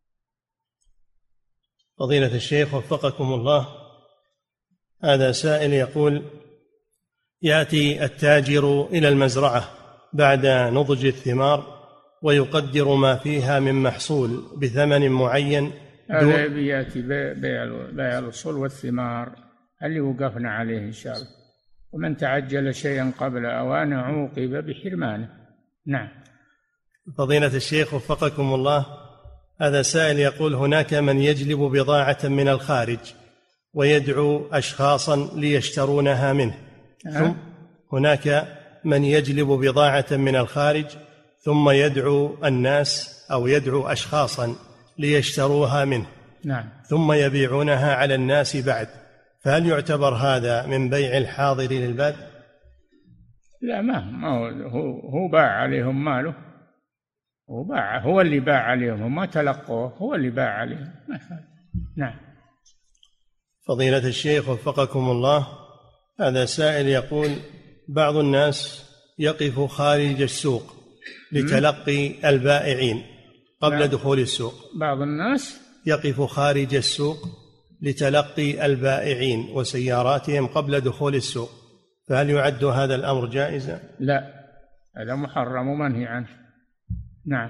S1: فضيلة الشيخ وفقكم الله، هذا سائل يقول: يأتي التاجر إلى المزرعة بعد نضج الثمار ويقدر ما فيها من محصول بثمن معين.
S2: هذا يأتي بيع الأصول والثمار اللي وقفنا عليه إن شاء الله، ومن تعجل شيئا قبل أوانه عوقب بحرمانه. نعم.
S1: فضيلة الشيخ وفقكم الله، هذا سائل يقول: هناك من يجلب بضاعة من الخارج ويدعو أشخاصا ليشترونها منه.
S2: أه؟
S1: هناك من يجلب بضاعة من الخارج ثم يدعو الناس أو يدعو أشخاصا ليشتروها منه.
S2: نعم.
S1: ثم يبيعونها على الناس بعد، فهل يعتبر هذا من بيع الحاضر للباد؟
S2: لا، ما هو هو باع عليهم ماله، هو باع، هو اللي باع عليهم، وما تلقوه، هو اللي باع عليهم. نعم.
S1: فضيلة الشيخ وفقكم الله، هذا سائل يقول: بعض الناس يقف خارج السوق لتلقي البائعين قبل
S2: نعم.
S1: دخول السوق.
S2: بعض الناس
S1: يقف خارج السوق لتلقي البائعين وسياراتهم قبل دخول السوق، فهل يعد هذا الأمر جائزا؟
S2: لا، هذا محرم ومنهي عنه. نعم.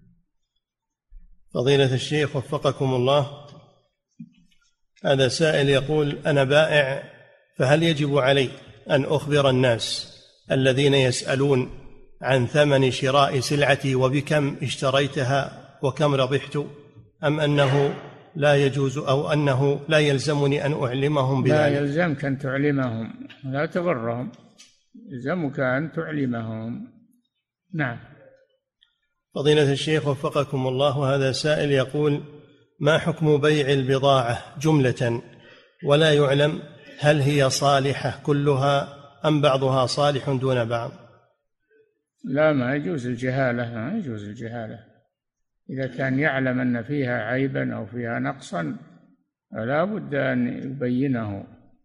S1: فضيلة الشيخ وفقكم الله، هذا سائل يقول: أنا بائع، فهل يجب علي أن أخبر الناس الذين يسألون عن ثمن شراء سلعتي وبكم اشتريتها وكم ربحت، أم أنه لا يجوز أو أنه لا يلزمني أن أعلمهم بذلك؟
S2: لا يلزمك أن تعلمهم، لا تغرهم، يلزمك أن تعلمهم. نعم.
S1: فضيلة الشيخ وفقكم الله، هذا سائل يقول: ما حكم بيع البضاعة جملة ولا يعلم هل هي صالحة كلها أم بعضها صالح دون بعض؟
S2: لا، ما يجوز الجهالة، ما يجوز الجهالة. إذا كان يعلم أن فيها عيبا أو فيها نقصا لا بد أن يبينه.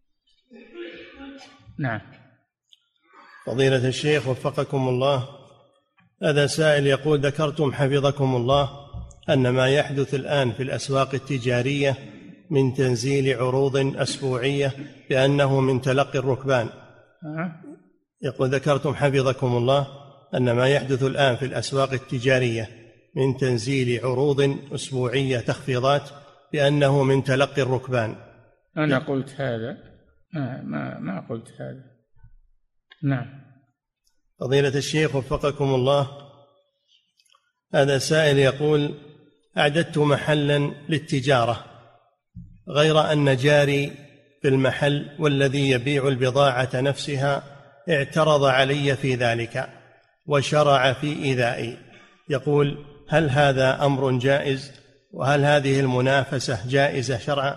S2: نعم.
S1: فضيلة الشيخ وفقكم الله، هذا سائل يقول: ذكرتم حفظكم الله أن ما يحدث الآن في الأسواق التجارية من تنزيل عروض أسبوعية بأنه من تلقي الركبان. يقول: ذكرتم حفظكم الله أن ما يحدث الآن في الأسواق التجارية من تنزيل عروض أسبوعية تخفيضات بأنه من تلقي الركبان.
S2: أنا قلت هذا؟ ما, ما, ما قلت هذا. نعم.
S1: فضيلة الشيخ وفقكم الله، هذا سائل يقول: أعددت محلا للتجارة غير أن جاري في المحل والذي يبيع البضاعة نفسها اعترض علي في ذلك وشرع في إيذائي. يقول: هل هذا أمر جائز؟ وهل هذه المنافسة جائزة شرعا؟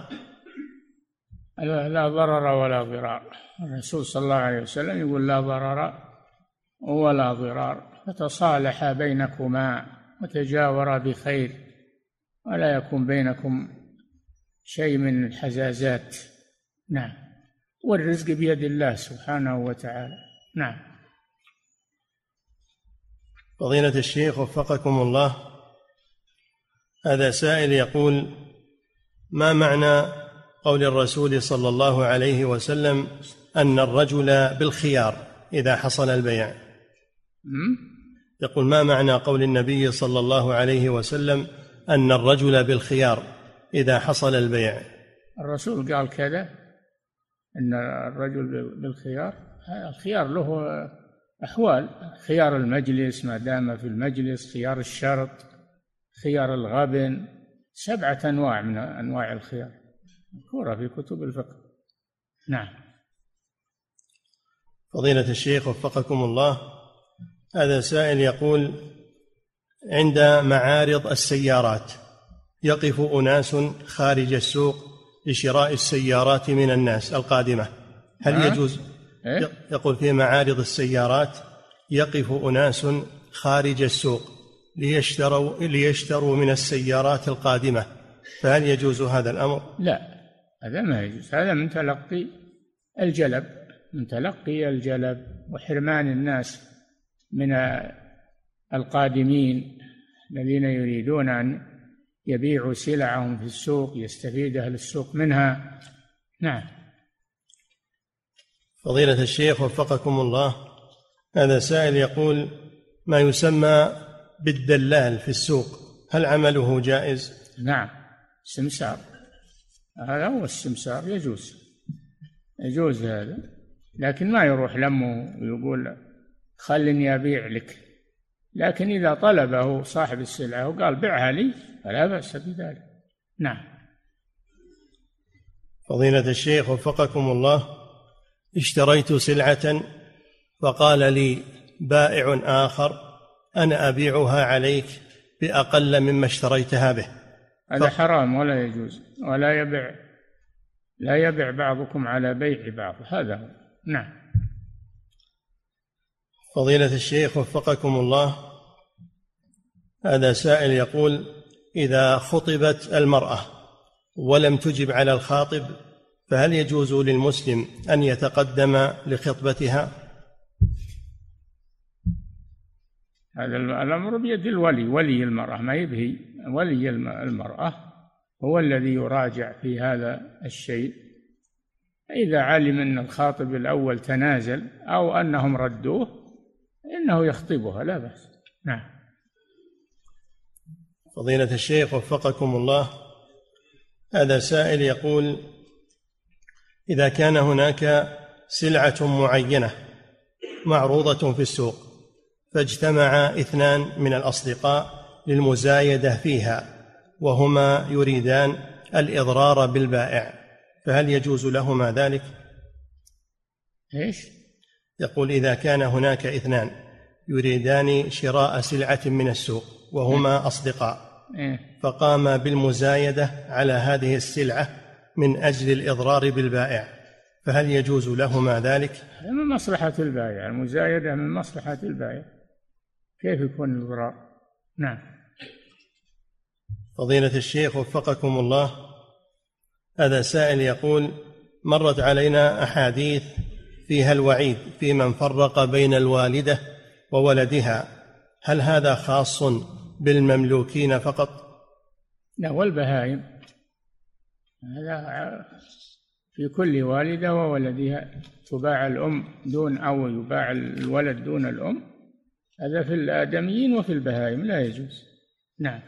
S2: لا ضرر ولا ضرار. الرسول صلى الله عليه وسلم يقول: لا ضرر ولا ضرار، فتصالحا بينكما وتجاورا بخير ولا يكون بينكم شيء من الحزازات. نعم. والرزق بيد الله سبحانه وتعالى. نعم.
S1: فضيلة الشيخ وفقكم الله، هذا سائل يقول: ما معنى قول الرسول صلى الله عليه وسلم أن الرجل بالخيار إذا حصل البيع؟ يقول: ما معنى قول النبي صلى الله عليه وسلم أن الرجل بالخيار إذا حصل البيع؟
S2: الرسول قال كذا، أن الرجل بالخيار. الخيار له أحوال: خيار المجلس ما دام في المجلس، خيار الشرط، خيار الغبن، سبعة أنواع من أنواع الخيار مذكورة في كتب الفقه. نعم.
S1: فضيلة الشيخ وفقكم الله، هذا سائل يقول: عند معارض السيارات يقف أناس خارج السوق لشراء السيارات من الناس القادمة، هل يجوز؟ يقول: في معارض السيارات يقف أناس خارج السوق ليشتروا ليشتروا من السيارات القادمة، فهل يجوز هذا الأمر؟
S2: لا، هذا ما يجوز. هذا من تلقي الجلب، من تلقي الجلب وحرمان الناس من القادمين الذين يريدون أن يبيعوا سلعهم في السوق، يستفيد أهل السوق منها. نعم.
S1: فضيلة الشيخ وفقكم الله، هذا سائل يقول: ما يسمى بالدلال في السوق هل عمله جائز؟
S2: نعم، السمسار، هذا هو السمسار، يجوز يجوز هذا، لكن ما يروح لمه ويقول خلني أبيع لك. لكن إذا طلبه صاحب السلعة وقال بيعها لي فلا بأس بذلك. نعم.
S1: فضيلة الشيخ وفقكم الله، اشتريت سلعة فقال لي بائع آخر أنا أبيعها عليك بأقل مما اشتريتها به.
S2: هذا حرام ولا يجوز، ولا يبيع لا يبيع بعضكم على بيع بعض، هذا هو. نعم.
S1: فضيلة الشيخ وفقكم الله، هذا سائل يقول: إذا خطبت المرأة ولم تجب على الخاطب فهل يجوز للمسلم أن يتقدم لخطبتها؟
S2: هذا الأمر بيد الولي، ولي المرأة، ما يبهي. ولي المرأة هو الذي يراجع في هذا الشيء. إذا علم أن الخاطب الأول تنازل أو أنهم ردوه إنه يخطبها، لا بأس. نعم.
S1: فضيلة الشيخ وفقكم الله، هذا سائل يقول: إذا كان هناك سلعة معينة معروضة في السوق فاجتمع اثنان من الأصدقاء للمزايدة فيها وهما يريدان الإضرار بالبائع، فهل يجوز لهما ذلك؟
S2: إيش؟
S1: يقول: إذا كان هناك اثنان يريدان شراء سلعة من السوق وهما أصدقاء
S2: إيه؟
S1: فقام بالمزايدة على هذه السلعة من أجل الإضرار بالبائع، فهل يجوز لهما ذلك؟
S2: من مصلحة البائع، المزايدة من مصلحة البائع، كيف يكون الإضرار؟ نعم.
S1: فضيلة الشيخ وفقكم الله، هذا سائل يقول: مرت علينا أحاديث فيها الوعيد في من فرق بين الوالدة وولدها، هل هذا خاص بالمملوكين فقط؟
S2: لا، والبهائم، هذا في كل والدة وولدها، تباع الأم دون أو يباع الولد دون الأم، هذا في الآدميين وفي البهائم لا يجوز. نعم.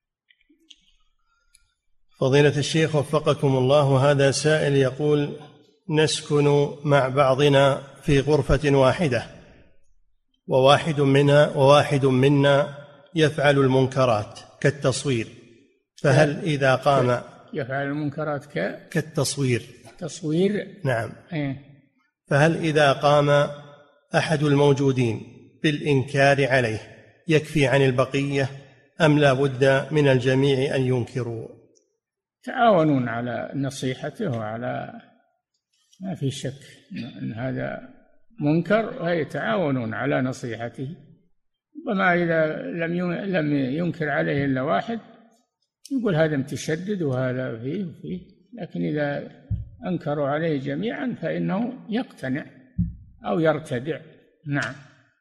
S1: فضيلة الشيخ وفقكم الله، هذا سائل يقول: نسكن مع بعضنا في غرفة واحدة، وواحد منا وواحد منا يفعل المنكرات كالتصوير، فهل إذا قام
S2: يفعل المنكرات ك...
S1: كالتصوير
S2: تصوير؟
S1: نعم.
S2: إيه؟
S1: فهل إذا قام أحد الموجودين بالإنكار عليه يكفي عن البقية، أم لا بد من الجميع أن ينكروا؟
S2: تعاونون على نصيحته وعلى، ما في شك أن هذا منكر، ويتعاونون على نصيحته. وما إذا لم لم ينكر عليه إلا واحد يقول هذا متشدد وهذا فيه وفيه، لكن إذا أنكروا عليه جميعا فإنه يقتنع أو يرتدع. نعم.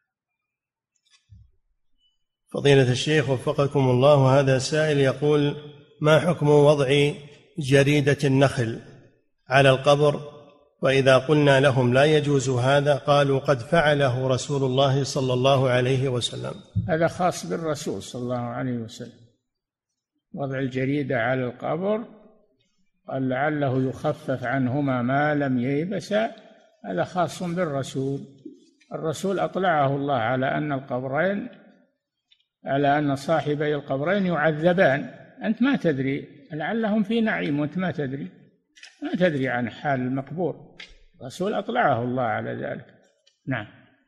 S1: فضيلة الشيخ وفقكم الله، هذا سائل يقول: ما حكم وضع جريدة النخل على القبر، وإذا قلنا لهم لا يجوز هذا قالوا قد فعله رسول الله صلى الله عليه وسلم؟
S2: هذا خاص بالرسول صلى الله عليه وسلم، وضع الجريدة على القبر قال لعله يخفف عنهما ما لم ييبسا، هذا خاص بالرسول. الرسول أطلعه الله على أن القبرين، على أن صاحبي القبرين يعذبان، أنت ما تدري، لعلهم في نعيم وأنت ما تدري، ما تدري عن حال المقبور، الرسول أطلعه الله على ذلك. نعم.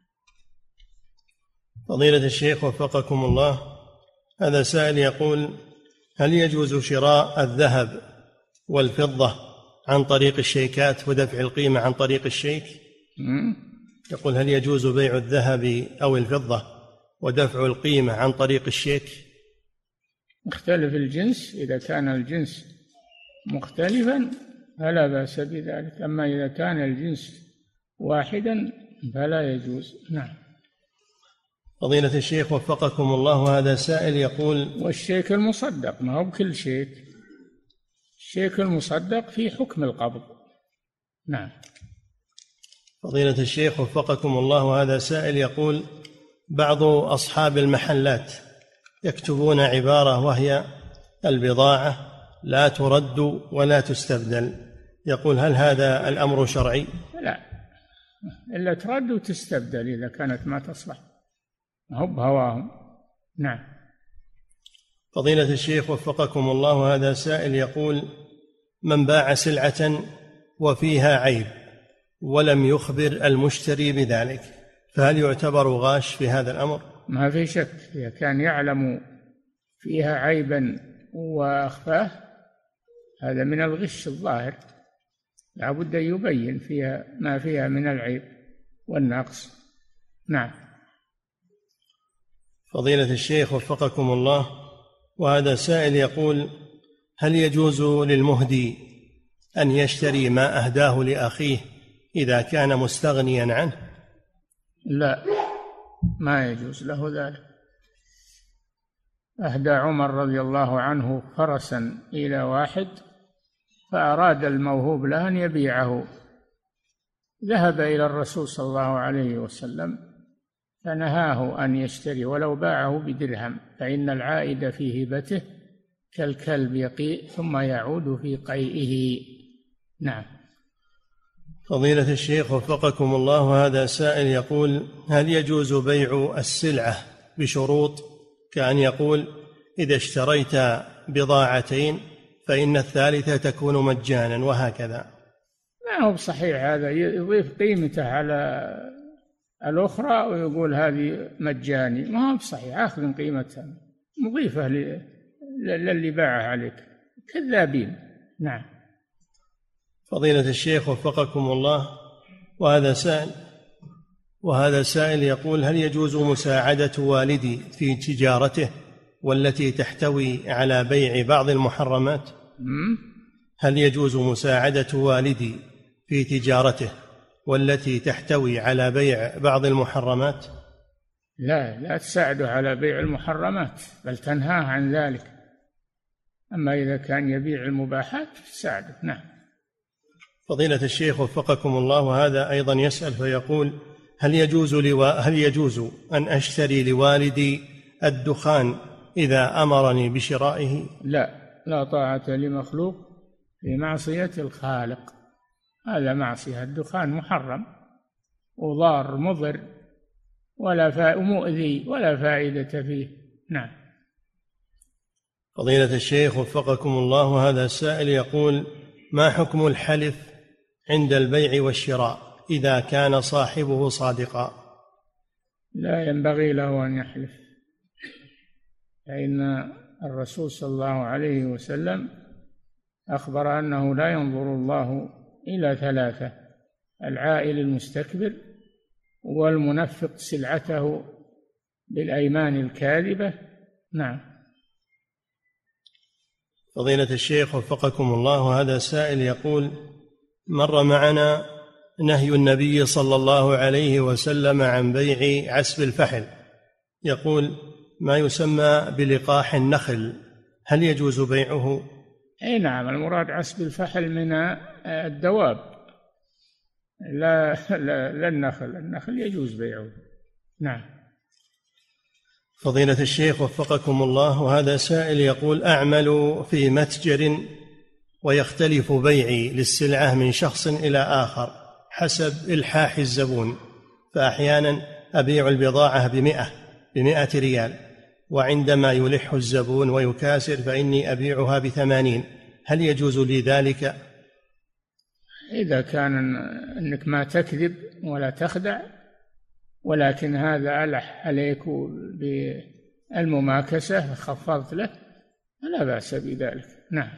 S1: فضيلة الشيخ وفقكم الله، هذا سائل يقول: هل يجوز شراء الذهب والفضة عن طريق الشيكات ودفع القيمة عن طريق الشيك؟ يقول: هل يجوز بيع الذهب أو الفضة ودفع القيمة عن طريق الشيك؟
S2: مختلف الجنس، إذا كان الجنس مختلفا فلا بأس بذلك، أما إذا كان الجنس واحدا فلا يجوز. نعم.
S1: فضيلة الشيخ وفقكم الله، هذا سائل يقول:
S2: والشيك المصدق، ما هو بكل شيك، الشيك المصدق في حكم القبض. نعم.
S1: فضيلة الشيخ وفقكم الله، هذا سائل يقول: بعض أصحاب المحلات يكتبون عبارة وهي البضاعة لا ترد ولا تستبدل، يقول: هل هذا الأمر شرعي؟
S2: لا، إلا ترد وتستبدل إذا كانت ما تصلح، هو بهواهم. نعم.
S1: فضيلة الشيخ وفقكم الله، هذا سائل يقول: من باع سلعة وفيها عيب ولم يخبر المشتري بذلك، فهل يعتبر غاش في هذا الأمر؟
S2: ما في شك، إذا كان يعلم فيها عيبا وأخفاه هذا من الغش الظاهر، لا بد أن يبين فيها ما فيها من العيب والنقص. نعم.
S1: فضيلة الشيخ وفقكم الله، وهذا سائل يقول: هل يجوز للمهدي أن يشتري ما أهداه لأخيه إذا كان مستغنيا عنه؟
S2: لا، ما يجوز له ذلك. أهدى عمر رضي الله عنه فرسا إلى واحد فأراد الموهوب له أن يبيعه، ذهب إلى الرسول صلى الله عليه وسلم فنهاه أن يشتري ولو باعه بدرهم، فإن العائد في هبته كالكلب يقيء ثم يعود في قيئه. نعم.
S1: فضيلة الشيخ وفقكم الله، هذا سائل يقول: هل يجوز بيع السلعة بشروط، كأن يقول: إذا اشتريت بضاعتين فإن الثالثة تكون مجانا، وهكذا؟
S2: ما هو بصحيح، هذا يضيف قيمته على الأخرى ويقول هذه مجاني، ما هو بصحيح، أخذ قيمتها مضيفة للي باعه عليك، كذابين. نعم.
S1: فضيلة الشيخ وفقكم الله، وهذا سائل وهذا سائل يقول: هل يجوز مساعدة والدي في تجارته والتي تحتوي على بيع بعض المحرمات؟ هل يجوز مساعدة والدي في تجارته والتي تحتوي على بيع بعض المحرمات؟
S2: لا، لا تساعده على بيع المحرمات، بل تنهاه عن ذلك. أما إذا كان يبيع المباحات تساعده. نعم.
S1: فضيلة الشيخ وفقكم الله، وهذا أيضا يسأل فيقول: هل يجوز لو... هل يجوز أن أشتري لوالدي الدخان إذا أمرني بشرائه؟
S2: لا، لا طاعة لمخلوق في معصية الخالق، هذا معصية. الدخان محرم وضار مضر ولا فا... مؤذي ولا فائدة فيه. نعم.
S1: فضيلة الشيخ وفقكم الله، هذا السائل يقول: ما حكم الحلف عند البيع والشراء إذا كان صاحبه صادقا؟
S2: لا ينبغي له أن يحلف، فإن الرسول صلى الله عليه وسلم أخبر أنه لا ينظر الله إلى ثلاثة: العائل المستكبر، والمنفق سلعته بالأيمان الكاذبة. نعم.
S1: فضيلة الشيخ وفقكم الله، هذا سائل يقول: مر معنا نهي النبي صلى الله عليه وسلم عن بيع عسب الفحل، يقول: ما يسمى بلقاح النخل، هل يجوز بيعه؟
S2: أي نعم، المراد عسب الفحل من الدواب، لا, لا, لا النخل. النخل يجوز بيعه. نعم.
S1: فضيلة الشيخ وفقكم الله، وهذا سائل يقول: أعمل في متجر ويختلف بيعي للسلعة من شخص إلى آخر حسب إلحاح الزبون، فأحيانا أبيع البضاعة بمئة بمئة ريال، وعندما يلح الزبون ويكاسر فإني أبيعها بثمانين، هل يجوز لي ذلك؟
S2: إذا كان أنك ما تكذب ولا تخدع، ولكن هذا ألح عليك بالمماكسة خفضت له، لا بأس بذلك. نعم.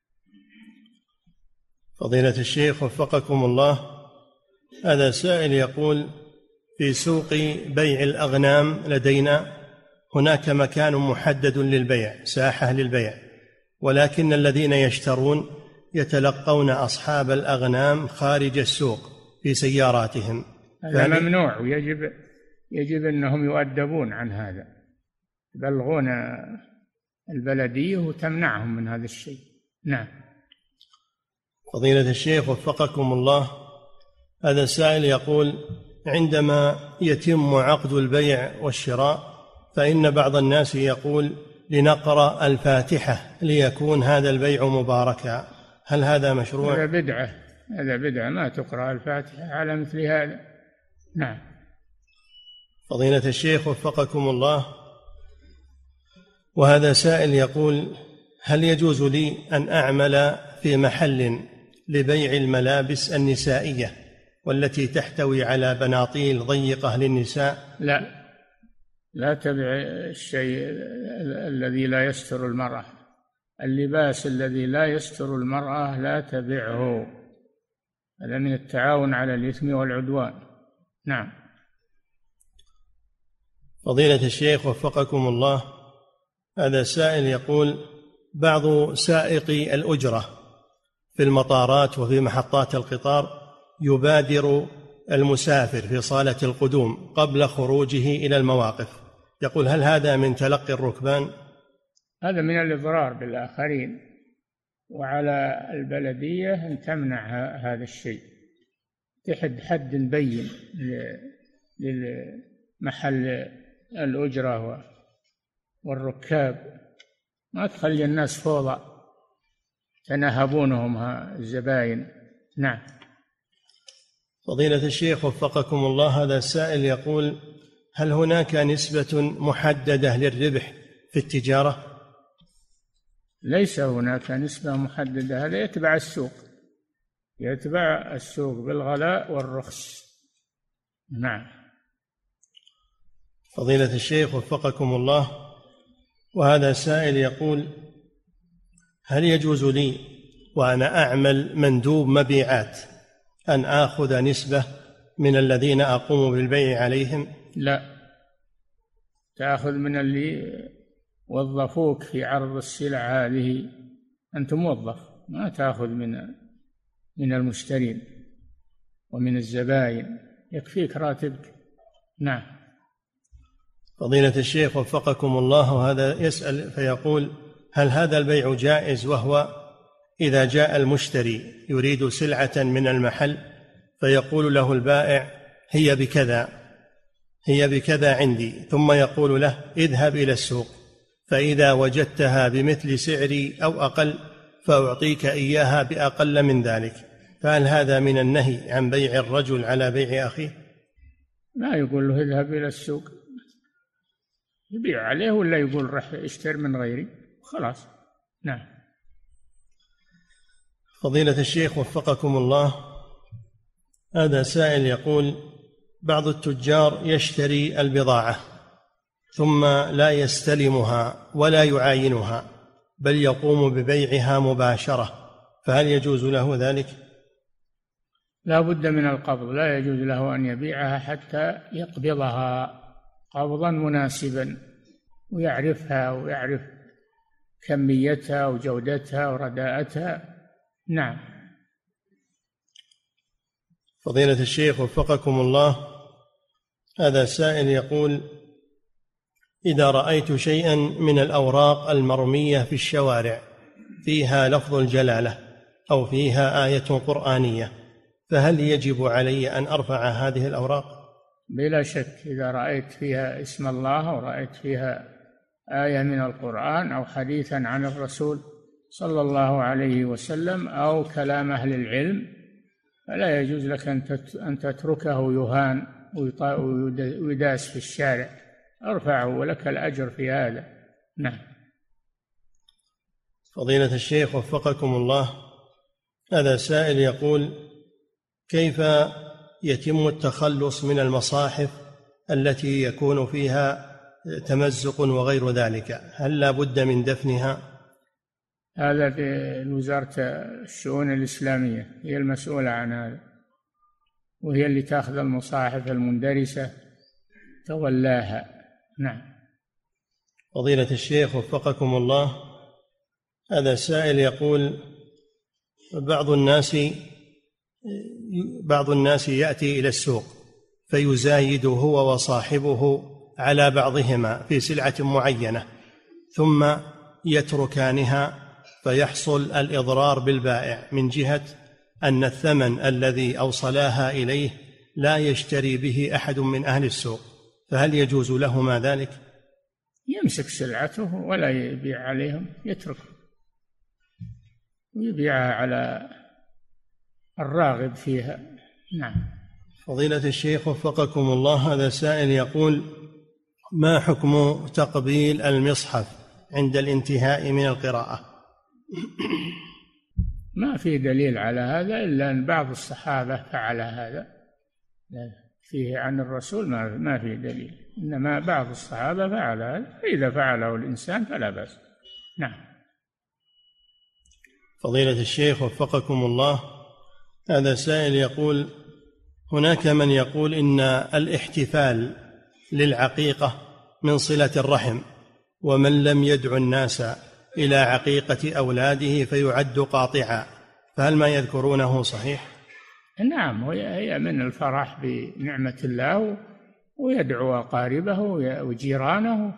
S1: فضيلة الشيخ وفقكم الله، هذا سائل يقول: في سوق بيع الأغنام لدينا هناك مكان محدد للبيع، ساحة للبيع، ولكن الذين يشترون يتلقون أصحاب الأغنام خارج السوق في سياراتهم.
S2: هذا ممنوع، ويجب يجب أنهم يؤدبون عن هذا، يبلغون البلدية وتمنعهم من هذا الشيء. نعم.
S1: فضيلة الشيخ وفقكم الله، هذا السائل يقول: عندما يتم عقد البيع والشراء فإن بعض الناس يقول لنقرأ الفاتحة ليكون هذا البيع مباركا، هل هذا مشروع؟
S2: هذا بدعة، هذا بدعة، ما تقرأ الفاتحة على مثل هذا. نعم.
S1: فضيلة الشيخ وفقكم الله، وهذا سائل يقول: هل يجوز لي أن أعمل في محل لبيع الملابس النسائية والتي تحتوي على بناطيل ضيقة للنساء؟
S2: لا، لا تبع الشيء الذي لا يستر المرأة، اللباس الذي لا يستر المرأة لا تبعه، هذا من التعاون على الإثم والعدوان. نعم.
S1: فضيلة الشيخ وفقكم الله، هذا سائل يقول: بعض سائقي الأجرة في المطارات وفي محطات القطار يبادر المسافر في صالة القدوم قبل خروجه إلى المواقف، يقول: هل هذا من تلقي الركبان؟
S2: هذا من الإضرار بالآخرين، وعلى البلدية أن تمنع هذا الشيء، تحد حد بين للمحل الأجرة والركاب، ما تخلي الناس فوضى تنهبونهم الزبائن. نعم.
S1: فضيلة الشيخ وفقكم الله، هذا السائل يقول: هل هناك نسبة محددة للربح في التجارة؟
S2: ليس هناك نسبة محددة، هذا يتبع السوق، يتبع السوق بالغلاء والرخص. نعم.
S1: فضيلة الشيخ وفقكم الله، وهذا سائل يقول: هل يجوز لي وأنا أعمل مندوب مبيعات أن آخذ نسبة من الذين أقوم بالبيع عليهم؟
S2: لا، تأخذ من اللي وظفوك في عرض السلع هذه، أنت موظف، ما تأخذ من من المشترين ومن الزبائن، يكفيك راتبك. نعم.
S1: فضيلة الشيخ وفقكم الله، هذا يسأل فيقول: هل هذا البيع جائز وهو إذا جاء المشتري يريد سلعة من المحل فيقول له البائع: هي بكذا هي بكذا عندي، ثم يقول له: اذهب إلى السوق فإذا وجدتها بمثل سعري أو أقل فأعطيك إياها بأقل من ذلك، فهل هذا من النهي عن بيع الرجل على بيع أخيه؟
S2: ما يقول له اذهب إلى السوق، يبيع عليه، ولا يقول رح اشتر من غيري، خلاص. نعم.
S1: فضيلة الشيخ وفقكم الله، هذا سائل يقول: بعض التجار يشتري البضاعة ثم لا يستلمها ولا يعاينها بل يقوم ببيعها مباشرة، فهل يجوز له ذلك؟
S2: لا بد من القبض، لا يجوز له أن يبيعها حتى يقبضها قبضا مناسبا ويعرفها ويعرف كميتها وجودتها ورداءتها. نعم.
S1: فضيلة الشيخ وفقكم الله، هذا سائل يقول: إذا رأيت شيئا من الأوراق المرمية في الشوارع فيها لفظ الجلالة أو فيها آية قرآنية، فهل يجب علي أن أرفع هذه الأوراق؟
S2: بلا شك، إذا رأيت فيها اسم الله أو رأيت فيها آية من القرآن أو حديثا عن الرسول صلى الله عليه وسلم أو كلام أهل العلم، فلا يجوز لك أن تتركه يهان ويداس في الشارع، ارفعه ولك الأجر في هذا. نعم.
S1: فضيلة الشيخ وفقكم الله، هذا سائل يقول: كيف يتم التخلص من المصاحف التي يكون فيها تمزق وغير ذلك؟ هل لا بد من دفنها؟
S2: هذا في وزارة الشؤون الإسلامية، هي المسؤولة عن هذا، وهي اللي تأخذ المصاحف المندرسة تولاها. نعم.
S1: فضيلة الشيخ وفقكم الله، هذا سائل يقول: بعض الناس بعض الناس يأتي إلى السوق فيزايد هو وصاحبه على بعضهما في سلعة معينة ثم يتركانها، فيحصل الإضرار بالبائع من جهة أن الثمن الذي أوصلاها إليه لا يشتري به أحد من أهل السوق، فهل يجوز لهما ذلك؟
S2: يمسك سلعته ولا يبيع عليهم، يترك ويبيعها على الراغب فيها. نعم.
S1: فضيلة الشيخ وفقكم الله، هذا سائل يقول: ما حكم تقبيل المصحف عند الانتهاء من القراءة؟
S2: ما في دليل على هذا إلا أن بعض الصحابة فعل هذا، فيه عن الرسول ما في دليل، إنما بعض الصحابة فعل هذا، فإذا فعله الإنسان فلا بأس. نعم.
S1: فضيلة الشيخ وفقكم الله، هذا سائل يقول: هناك من يقول إن الاحتفال للعقيقة من صلة الرحم، ومن لم يدع الناس إلى عقيقة أولاده فيعد قاطعا، فهل ما يذكرونه صحيح؟
S2: نعم، هي من الفرح بنعمة الله، ويدعو أقاربه وجيرانه،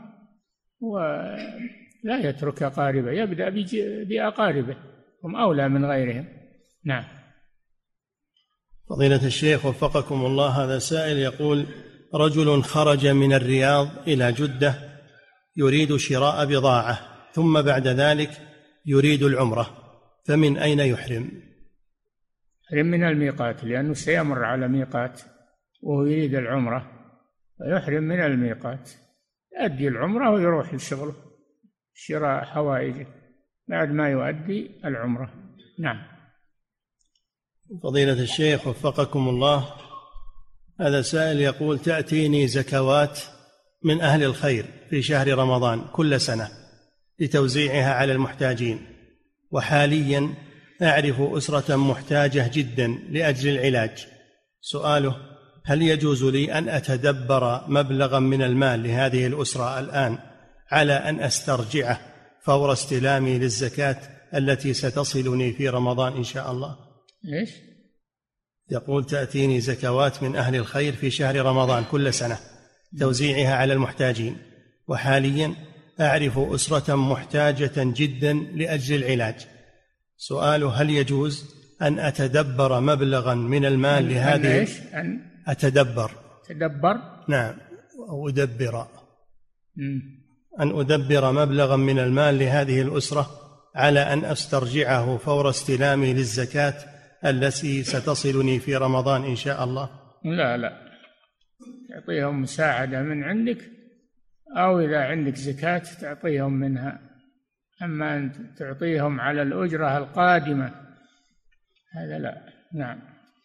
S2: ولا يترك أقاربه، يبدأ بأقاربه، هم أولى من غيرهم. نعم.
S1: فضيلة الشيخ وفقكم الله، هذا سائل يقول: رجل خرج من الرياض إلى جدة يريد شراء بضاعة، ثم بعد ذلك يريد العمرة، فمن أين يحرم؟
S2: يحرم من الميقات، لأنه سيمر على ميقات وهو يريد العمرة، فيحرم من الميقات، يؤدي العمرة ويروح لشغله شراء حوائجه بعد ما يؤدي العمرة. نعم.
S1: فضيلة الشيخ وفقكم الله، هذا سائل يقول: تأتيني زكوات من أهل الخير في شهر رمضان كل سنة، لتوزيعها على المحتاجين، وحاليا أعرف أسرة محتاجة جدا لأجل العلاج. سؤاله: هل يجوز لي أن أتدبر مبلغا من المال لهذه الأسرة الآن على أن أسترجعه فور استلامي للزكاة التي ستصلني في رمضان إن شاء الله؟
S2: ليش؟
S1: يقول: تأتيني زكوات من أهل الخير في شهر رمضان كل سنة توزيعها على المحتاجين، وحاليا أعرف أسرة محتاجة جدا لأجل العلاج. سؤاله: هل يجوز أن أتدبر مبلغا من المال لهذه
S2: أن إيش؟ أن
S1: أتدبر
S2: تدبر
S1: نعم أو أدبر
S2: مم.
S1: أن أدبر مبلغا من المال لهذه الأسرة على أن أسترجعه فور استلامي للزكاة التي ستصلني في رمضان إن شاء الله؟
S2: لا لا، تعطيهم مساعدة من عندك، أو إذا عندك زكاة تعطيهم منها، أما أن تعطيهم على الأجرة القادمة هذا لا. نعم.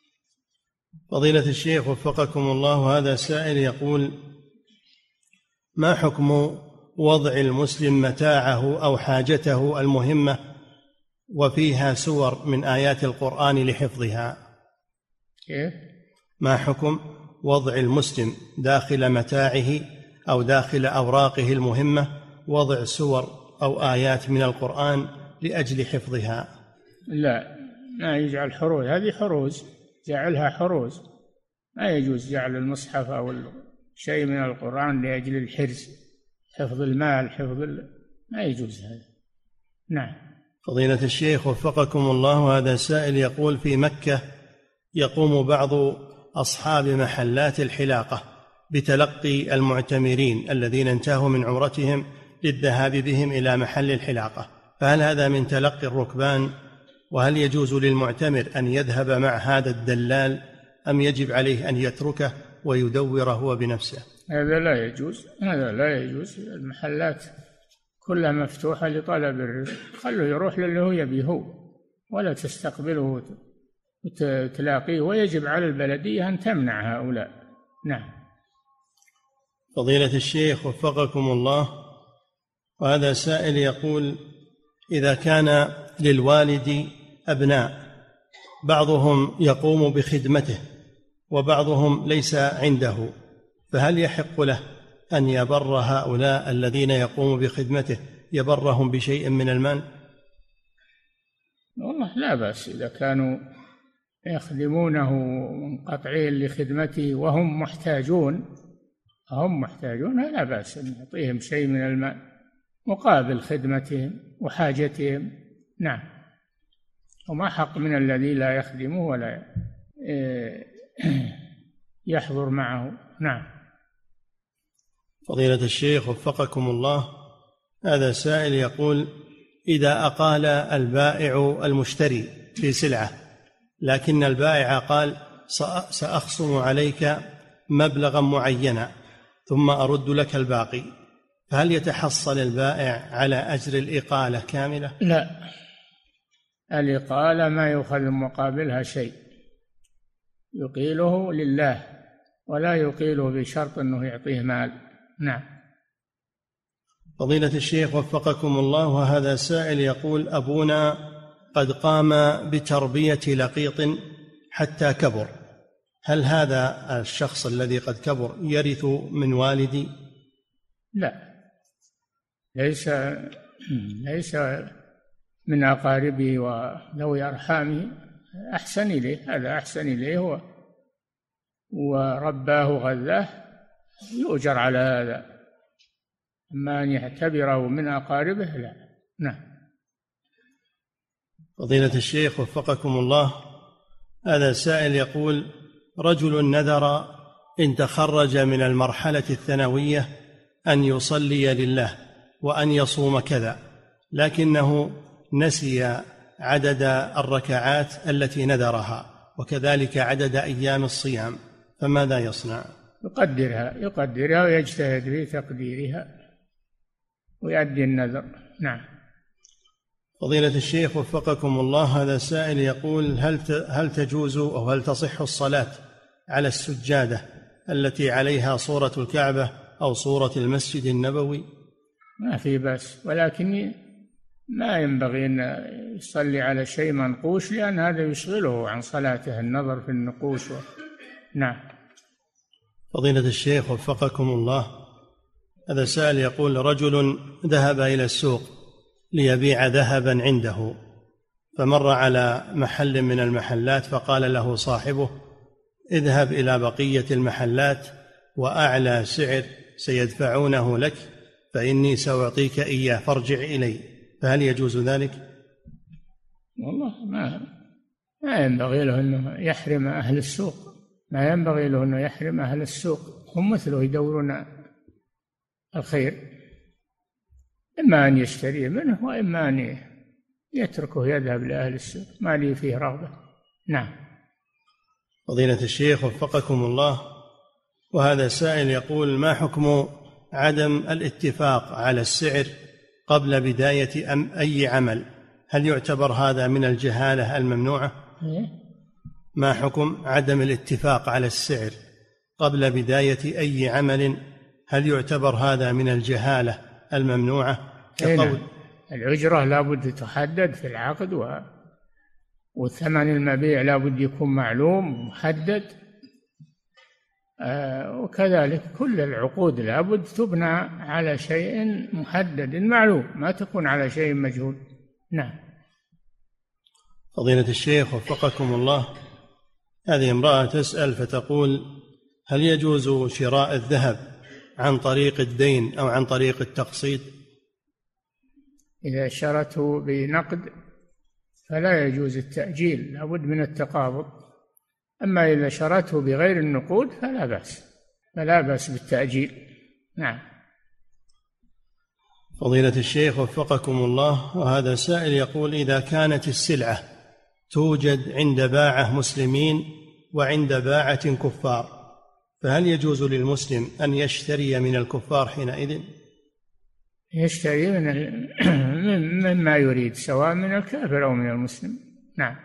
S1: فضيلة الشيخ وفقكم الله، هذا سائل يقول: ما حكم وضع المسلم متاعه أو حاجته المهمة وفيها سور من آيات القرآن لحفظها؟
S2: كيف؟
S1: ما حكم وضع المسلم داخل متاعه أو داخل أوراقه المهمة وضع سور أو آيات من القرآن لأجل حفظها؟
S2: لا، ما يجعل حروز، هذه حروز، جعلها حروز، ما يجوز جعل المصحف أو شيء من القرآن لأجل الحرز، حفظ المال، حفظ ال... ما يجوز هذا. نعم.
S1: فضيلة الشيخ وفقكم الله، هذا سائل يقول: في مكة يقوم بعض أصحاب محلات الحلاقة بتلقي المعتمرين الذين انتهوا من عمرتهم للذهاب بهم إلى محل الحلاقة، فهل هذا من تلقي الركبان؟ وهل يجوز للمعتمر أن يذهب مع هذا الدلال أم يجب عليه أن يتركه ويدور هو بنفسه؟
S2: هذا لا يجوز، هذا لا يجوز. المحلات كلها مفتوحة لطلب الرزق، خلوا يروح للي هو يبيه هو، ولا تستقبله وتلاقيه، ويجب على البلدية أن تمنع هؤلاء. نعم.
S1: فضيلة الشيخ وفقكم الله، وهذا سائل يقول: إذا كان للوالد أبناء بعضهم يقوم بخدمته وبعضهم ليس عنده، فهل يحق له أن يبر هؤلاء الذين يقوم بخدمته، يبرهم بشيء من المال؟
S2: والله لا بأس، إذا كانوا يخدمونه منقطعين لخدمته وهم محتاجون هم محتاجون لا بأس أن يعطيهم شيء من المال مقابل خدمتهم وحاجتهم. نعم. وما حق من الذي لا يخدمه ولا يحضر معه. نعم.
S1: فضيلة الشيخ وفقكم الله، هذا سائل يقول: إذا أقال البائع المشتري في سلعة لكن البائع قال سأخصم عليك مبلغا معينا ثم أرد لك الباقي، فهل يتحصل البائع على أجر الإقالة كاملة؟
S2: لا، الإقالة ما يؤخذ مقابلها شيء، يقيله لله ولا يقيله بشرط أنه يعطيه مال. نعم.
S1: فضيلة الشيخ وفقكم الله، وهذا سائل يقول: أبونا قد قام بتربية لقيط حتى كبر، هل هذا الشخص الذي قد كبر يرث من والدي؟
S2: لا، ليس ليس من أقاربه وذوي أرحامه، أحسن إليه، هذا أحسن إليه هو ورباه غذاه، يؤجر على هذا. أما أن يعتبره من أقاربه لا. نعم.
S1: فضيلة الشيخ وفقكم الله، هذا سائل يقول: رجل نذر إن تخرج من المرحلة الثانوية أن يصلي لله وأن يصوم كذا، لكنه نسي عدد الركعات التي نذرها وكذلك عدد أيام الصيام، فماذا يصنع؟
S2: يقدرها يقدرها ويجتهد في تقديرها ويؤدي النذر. نعم.
S1: فضيلة الشيخ وفقكم الله، هذا سائل يقول: هل هل تجوز أو هل تصح الصلاة على السجادة التي عليها صورة الكعبة أو صورة المسجد النبوي؟
S2: ما في بأس، ولكن ما ينبغي أن يصلي على شيء منقوش، لأن هذا يشغله عن صلاته النظر في النقوش و... نعم.
S1: فضيلة الشيخ وفقكم الله، هذا سائل يقول: رجل ذهب إلى السوق ليبيع ذهبا عنده، فمر على محل من المحلات فقال له صاحبه: اذهب إلى بقية المحلات وأعلى سعر سيدفعونه لك فإني سأعطيك إياه فارجع إلي، فهل يجوز ذلك؟
S2: والله ما ما ينبغي له أنه يحرم أهل السوق، ما ينبغي له أنه يحرم أهل السوق، هم مثله يدورون الخير، إما أن يشتري منه وإما أن يتركه يذهب لأهل السوق، ما لي فيه رغبة. نعم.
S1: فضيلة الشيخ وفقكم الله، وهذا سائل يقول: ما حكم عدم الاتفاق على السعر قبل بداية أم أي عمل؟ هل يعتبر هذا من الجهالة الممنوعة؟ ما حكم عدم الاتفاق على السعر قبل بداية أي عمل؟ هل يعتبر هذا من الجهالة الممنوعة؟ كقول
S2: الأجرة لا بد تحدد في العقد، و... والثمن المبيع لا بد يكون معلوم محدد، آه وكذلك كل العقود لا بد تبنى على شيء محدد معلوم، ما تكون على شيء مجهول. نعم.
S1: فضيلة الشيخ وفقكم الله، هذه امرأة تسأل فتقول: هل يجوز شراء الذهب عن طريق الدين أو عن طريق التقسيط؟
S2: إذا شرته بنقد فلا يجوز التأجيل، لا بد من التقابض، أما إذا شرته بغير النقود فلا بأس، فلا بأس بالتأجيل. نعم.
S1: فضيلة الشيخ وفقكم الله، وهذا سائل يقول: إذا كانت السلعة توجد عند باعة مسلمين وعند باعة كفار، فهل يجوز للمسلم أن يشتري من الكفار حينئذ؟
S2: يشتري من مما يريد، سواء من الكافر أو من المسلم. نعم.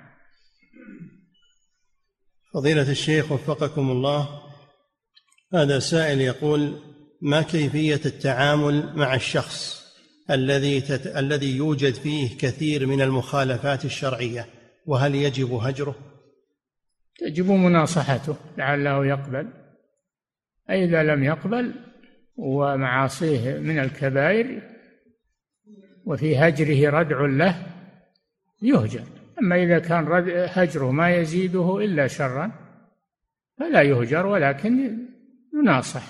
S1: فضيلة الشيخ وفقكم الله، هذا سائل يقول: ما كيفية التعامل مع الشخص الذي تت... الذي يوجد فيه كثير من المخالفات الشرعية، وهل يجب هجره؟
S2: تجب مناصحته لعله يقبل، أي إذا لم يقبل ومعاصيه من الكبائر وفي هجره ردع له يهجر، أما إذا كان هجره ما يزيده إلا شرا فلا يهجر، ولكن يناصح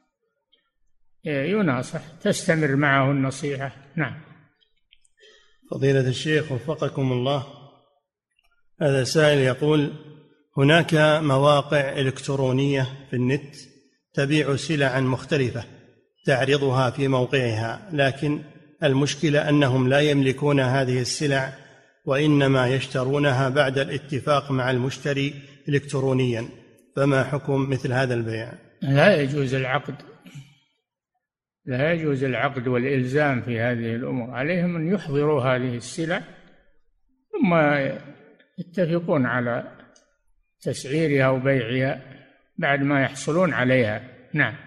S2: يناصح تستمر معه النصيحة. نعم.
S1: فضيلة الشيخ وفقكم الله، هذا سائل يقول: هناك مواقع إلكترونية في النت تبيع سلعا مختلفة تعرضها في موقعها، لكن المشكلة أنهم لا يملكون هذه السلع وإنما يشترونها بعد الاتفاق مع المشتري إلكترونيا، فما حكم مثل هذا البيع؟
S2: لا يجوز العقد، لا يجوز العقد والإلزام في هذه الأمور، عليهم أن يحضروا هذه السلع ثم يتفقون على تسعيرها وبيعها بعد ما يحصلون عليها. نعم.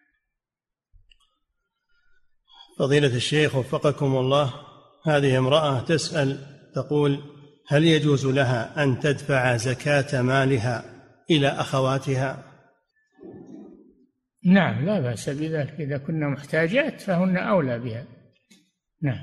S1: فضيلة الشيخ وفقكم الله، هذه امرأة تسأل تقول: هل يجوز لها أن تدفع زكاة مالها إلى أخواتها؟
S2: نعم، لا بأس بذلك، إذا كنا محتاجات فهن أولى بها. نعم.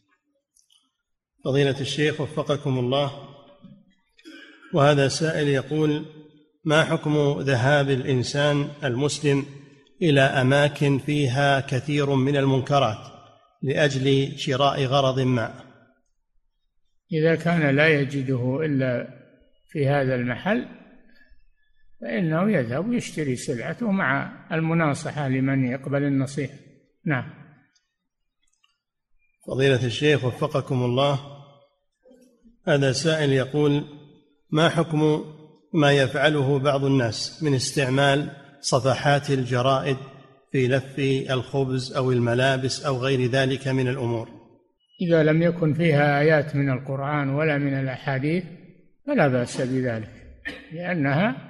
S1: فضيلة الشيخ وفقكم الله، وهذا سائل يقول: ما حكم ذهاب الإنسان المسلم إلى أماكن فيها كثير من المنكرات لأجل شراء غرض ما؟
S2: إذا كان لا يجده إلا في هذا المحل فإنه يذهب ويشتري سلعته مع المناصحة لمن يقبل النصيحة. نعم.
S1: فضيلة الشيخ وفقكم الله، هذا سائل يقول: ما حكم ما يفعله بعض الناس من استعمال صفحات الجرائد في لف الخبز أو الملابس أو غير ذلك من الأمور؟
S2: إذا لم يكن فيها آيات من القرآن ولا من الأحاديث فلا بأس بذلك، لأنها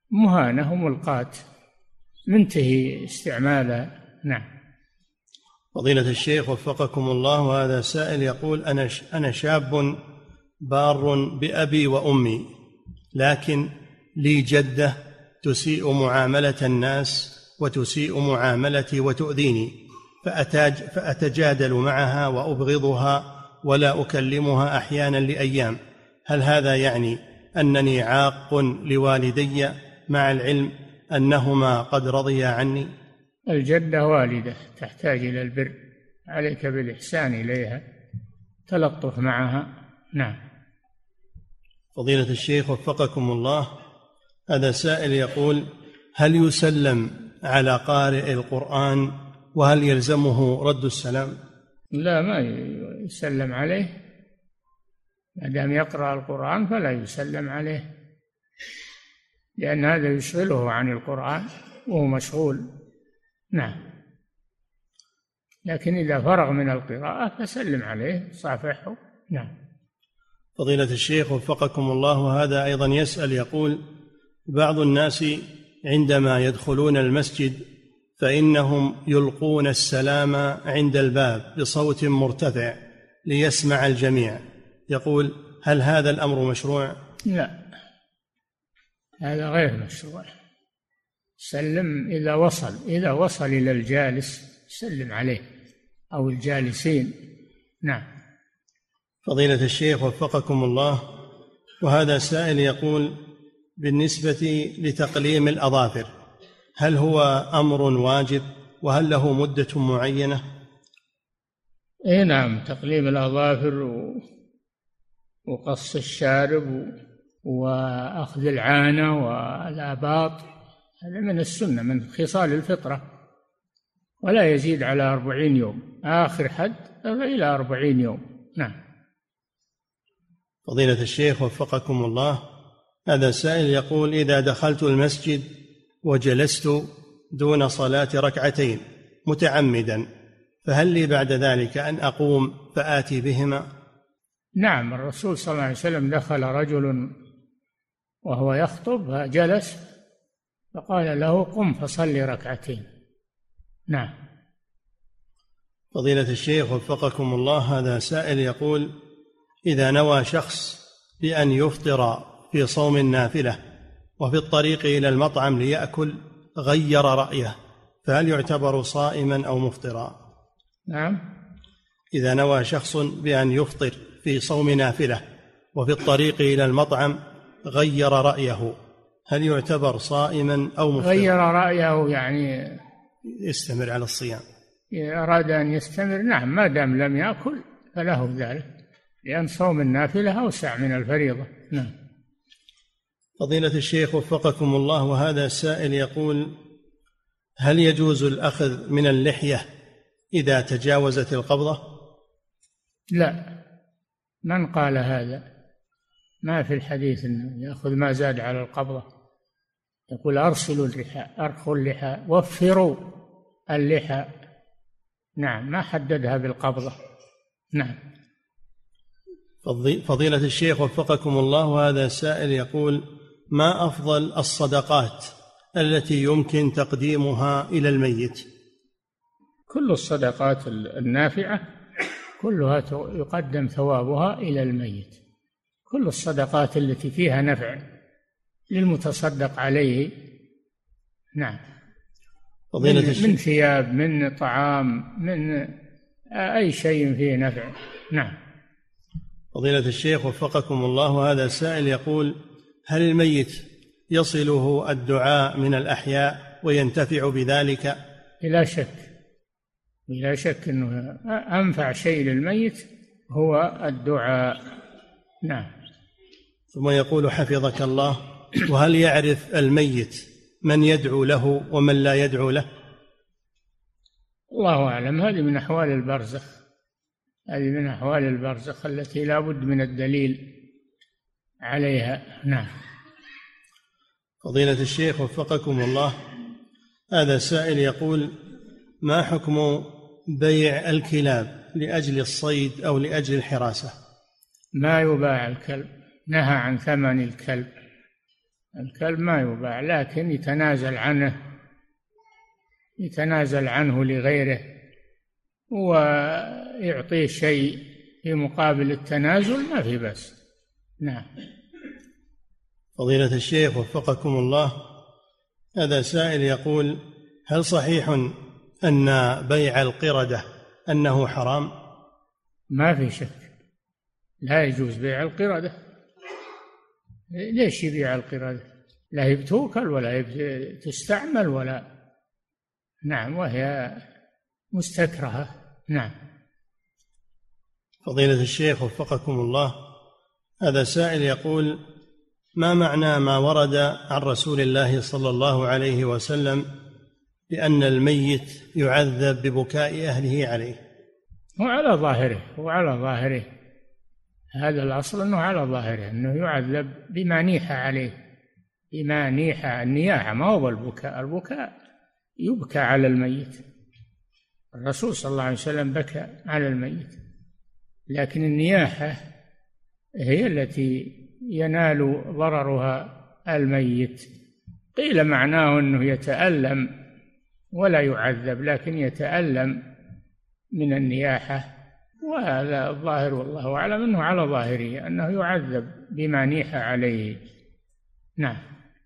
S2: مهانة وملقاة منتهي استعمالها. نعم.
S1: فضيلة الشيخ وفقكم الله، وهذا سائل يقول: أنا أنا شاب بار بأبي وأمي، لكن لي جدة تسيء معاملة الناس وتسيء معاملتي وتؤذيني، فأتاج فأتجادل معها وأبغضها ولا أكلمها أحيانا لأيام. هل هذا يعني أنني عاق لوالدي مع العلم أنهما قد رضيا عني؟
S2: الجدة والدة تحتاج إلى البر، عليك بالإحسان إليها، تلطف معها. نعم.
S1: فضيلة الشيخ وفقكم الله، هذا سائل يقول: هل يسلم على قارئ القرآن وهل يلزمه رد السلام؟
S2: لا، ما يسلم عليه، ما دام يقرأ القرآن فلا يسلم عليه، لأن هذا يشغله عن القرآن وهو مشغول. نعم. لكن إذا فرغ من القراءة فسلم عليه صافحه. نعم.
S1: فضيلة الشيخ وفقكم الله، وهذا أيضا يسأل يقول: بعض الناس عندما يدخلون المسجد فإنهم يلقون السلام عند الباب بصوت مرتفع ليسمع الجميع، يقول: هل هذا الأمر مشروع؟
S2: لا، هذا غير مشروع. سلم إذا وصل إذا وصل إلى الجالس سلم عليه أو الجالسين. نعم.
S1: فضيلة الشيخ وفقكم الله، وهذا سائل يقول: بالنسبة لتقليم الأظافر، هل هو أمر واجب وهل له مدة معينة؟
S2: إيه نعم، تقليم الأظافر وقص الشارب وأخذ العانة والآباط هذا من السنة، من خصال الفطرة، ولا يزيد على أربعين يوم، آخر حد إلى أربعين يوم. نعم.
S1: فضيلة الشيخ وفقكم الله، هذا سائل يقول: إذا دخلت المسجد وجلست دون صلاة ركعتين متعمدا، فهل لي بعد ذلك أن أقوم فآتي بهما؟
S2: نعم، الرسول صلى الله عليه وسلم دخل رجل وهو يخطب فجلس فقال له: قم فصل ركعتين. نعم.
S1: فضيلة الشيخ وفقكم الله، هذا سائل يقول: إذا نوى شخص بأن يفطر في صوم النافلة وفي الطريق إلى المطعم ليأكل غير رأيه، فهل يعتبر صائما أو مفطرا؟
S2: نعم.
S1: إذا نوى شخص بأن يفطر في صوم نافلة وفي الطريق إلى المطعم غير رأيه، هل يعتبر صائما أو مفطرا؟
S2: غير رأيه يعني
S1: يستمر على الصيام.
S2: أراد أن يستمر، نعم، ما دام لم يأكل فله ذلك، لأن صوم النافلة أوسع من الفريضة. نعم.
S1: فضيلة الشيخ وفقكم الله، وهذا السائل يقول: هل يجوز الأخذ من اللحية إذا تجاوزت القبضة؟
S2: لا، من قال هذا؟ ما في الحديث أنه يأخذ ما زاد على القبضة. يقول: أرسلوا اللحى، أرخوا اللحى، وفروا اللحى. نعم، ما حددها بالقبضة. نعم.
S1: فضيلة الشيخ وفقكم الله، وهذا سائل يقول: ما أفضل الصدقات التي يمكن تقديمها إلى الميت؟
S2: كل الصدقات النافعة كلها يقدم ثوابها إلى الميت، كل الصدقات التي فيها نفع للمتصدق عليه. نعم.
S1: فضيلة
S2: من,
S1: الشيخ
S2: من ثياب، من طعام، من أي شيء فيه نفع. نعم.
S1: فضيلة الشيخ وفقكم الله، وهذا سائل يقول: هل الميت يصله الدعاء من الأحياء وينتفع بذلك؟
S2: بلا شك، بلا شك أنه أنفع شيء للميت هو الدعاء. نعم.
S1: ثم يقول: حفظك الله، وهل يعرف الميت من يدعو له ومن لا يدعو له؟
S2: الله أعلم، هذه من أحوال البرزخ، هذه من أحوال البرزخ التي لا بد من الدليل عليها. نعم.
S1: فضيلة الشيخ وفقكم الله، هذا سائل يقول: ما حكم بيع الكلاب لأجل الصيد أو لأجل الحراسة؟
S2: ما يباع الكلب، نهى عن ثمن الكلب، الكلب ما يباع، لكن يتنازل عنه يتنازل عنه لغيره ويعطيه شيء في مقابل التنازل ما في بأس. نعم.
S1: فضيلة الشيخ وفقكم الله، هذا سائل يقول: هل صحيح أن بيع القردة أنه حرام؟
S2: ما في شك، لا يجوز بيع القردة. ليش يبيع القردة؟ لا هي بتوكل ولا هي تستعمل ولا. نعم، وهي مستكرهة. نعم.
S1: فضيلة الشيخ وفقكم الله، هذا سائل يقول: ما معنى ما ورد عن رسول الله صلى الله عليه وسلم بأن الميت يعذب ببكاء أهله عليه؟
S2: هو على ظاهره، هو على ظاهره هذا الأصل، أنه على ظاهره أنه يعذب بما نيح عليه، بما نيح. النياحة ما هو البكاء، البكاء يبكى على الميت، الرسول صلى الله عليه وسلم بكى على الميت، لكن النياحة هي التي ينال ضررها الميت. قيل معناه أنه يتألم ولا يعذب، لكن يتألم من النياحة، وهذا الظاهر والله أعلم أنه على ظاهره أنه يعذب بما نيح عليه. نعم.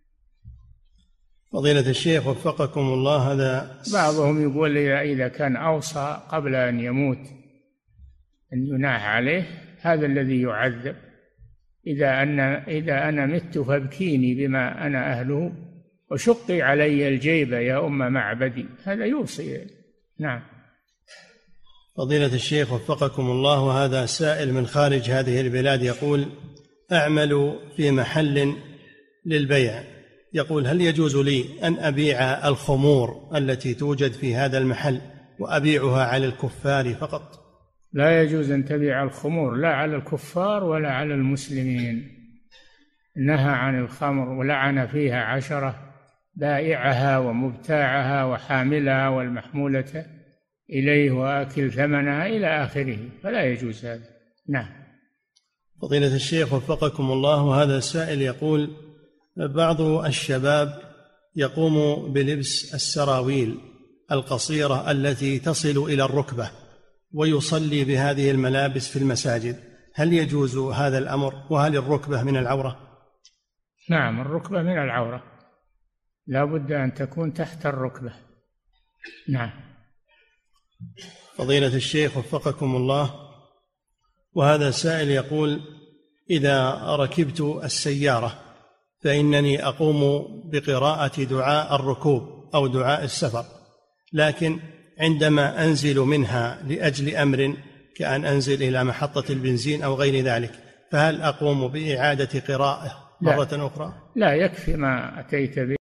S1: فضيلة الشيخ وفقكم الله، هذا
S2: بعضهم يقول إذا كان أوصى قبل أن يموت أن يناح عليه هذا الذي يعذب. إذا أنا إذا أنا مت فابكيني بما أنا أهله وشقي علي الجيب يا أم معبدي، هذا يوصي. نعم.
S1: فضيلة الشيخ وفقكم الله، وهذا سائل من خارج هذه البلاد يقول: أعمل في محل للبيع، يقول: هل يجوز لي أن أبيع الخمور التي توجد في هذا المحل وأبيعها على الكفار فقط؟
S2: لا يجوز أن تبيع الخمور لا على الكفار ولا على المسلمين. نهى عن الخمر ولعن فيها عشرة: بائعها ومبتاعها وحاملها والمحمولة إليه وآكل ثمنها إلى آخره، فلا يجوز هذا. نعم.
S1: فضيلة الشيخ وفقكم الله، وهذا السائل يقول: بعض الشباب يقوم بلبس السراويل القصيرة التي تصل إلى الركبة ويصلي بهذه الملابس في المساجد، هل يجوز هذا الأمر؟ وهل الركبة من العورة؟
S2: نعم، الركبة من العورة، لا بد أن تكون تحت الركبة. نعم.
S1: فضيلة الشيخ وفقكم الله، وهذا سائل يقول: إذا ركبت السيارة فإنني أقوم بقراءة دعاء الركوب أو دعاء السفر، لكن عندما أنزل منها لأجل أمر كأن أنزل إلى محطة البنزين أو غير ذلك، فهل أقوم بإعادة قراءة مرة
S2: لا.
S1: أخرى؟
S2: لا، يكفي ما أتيت به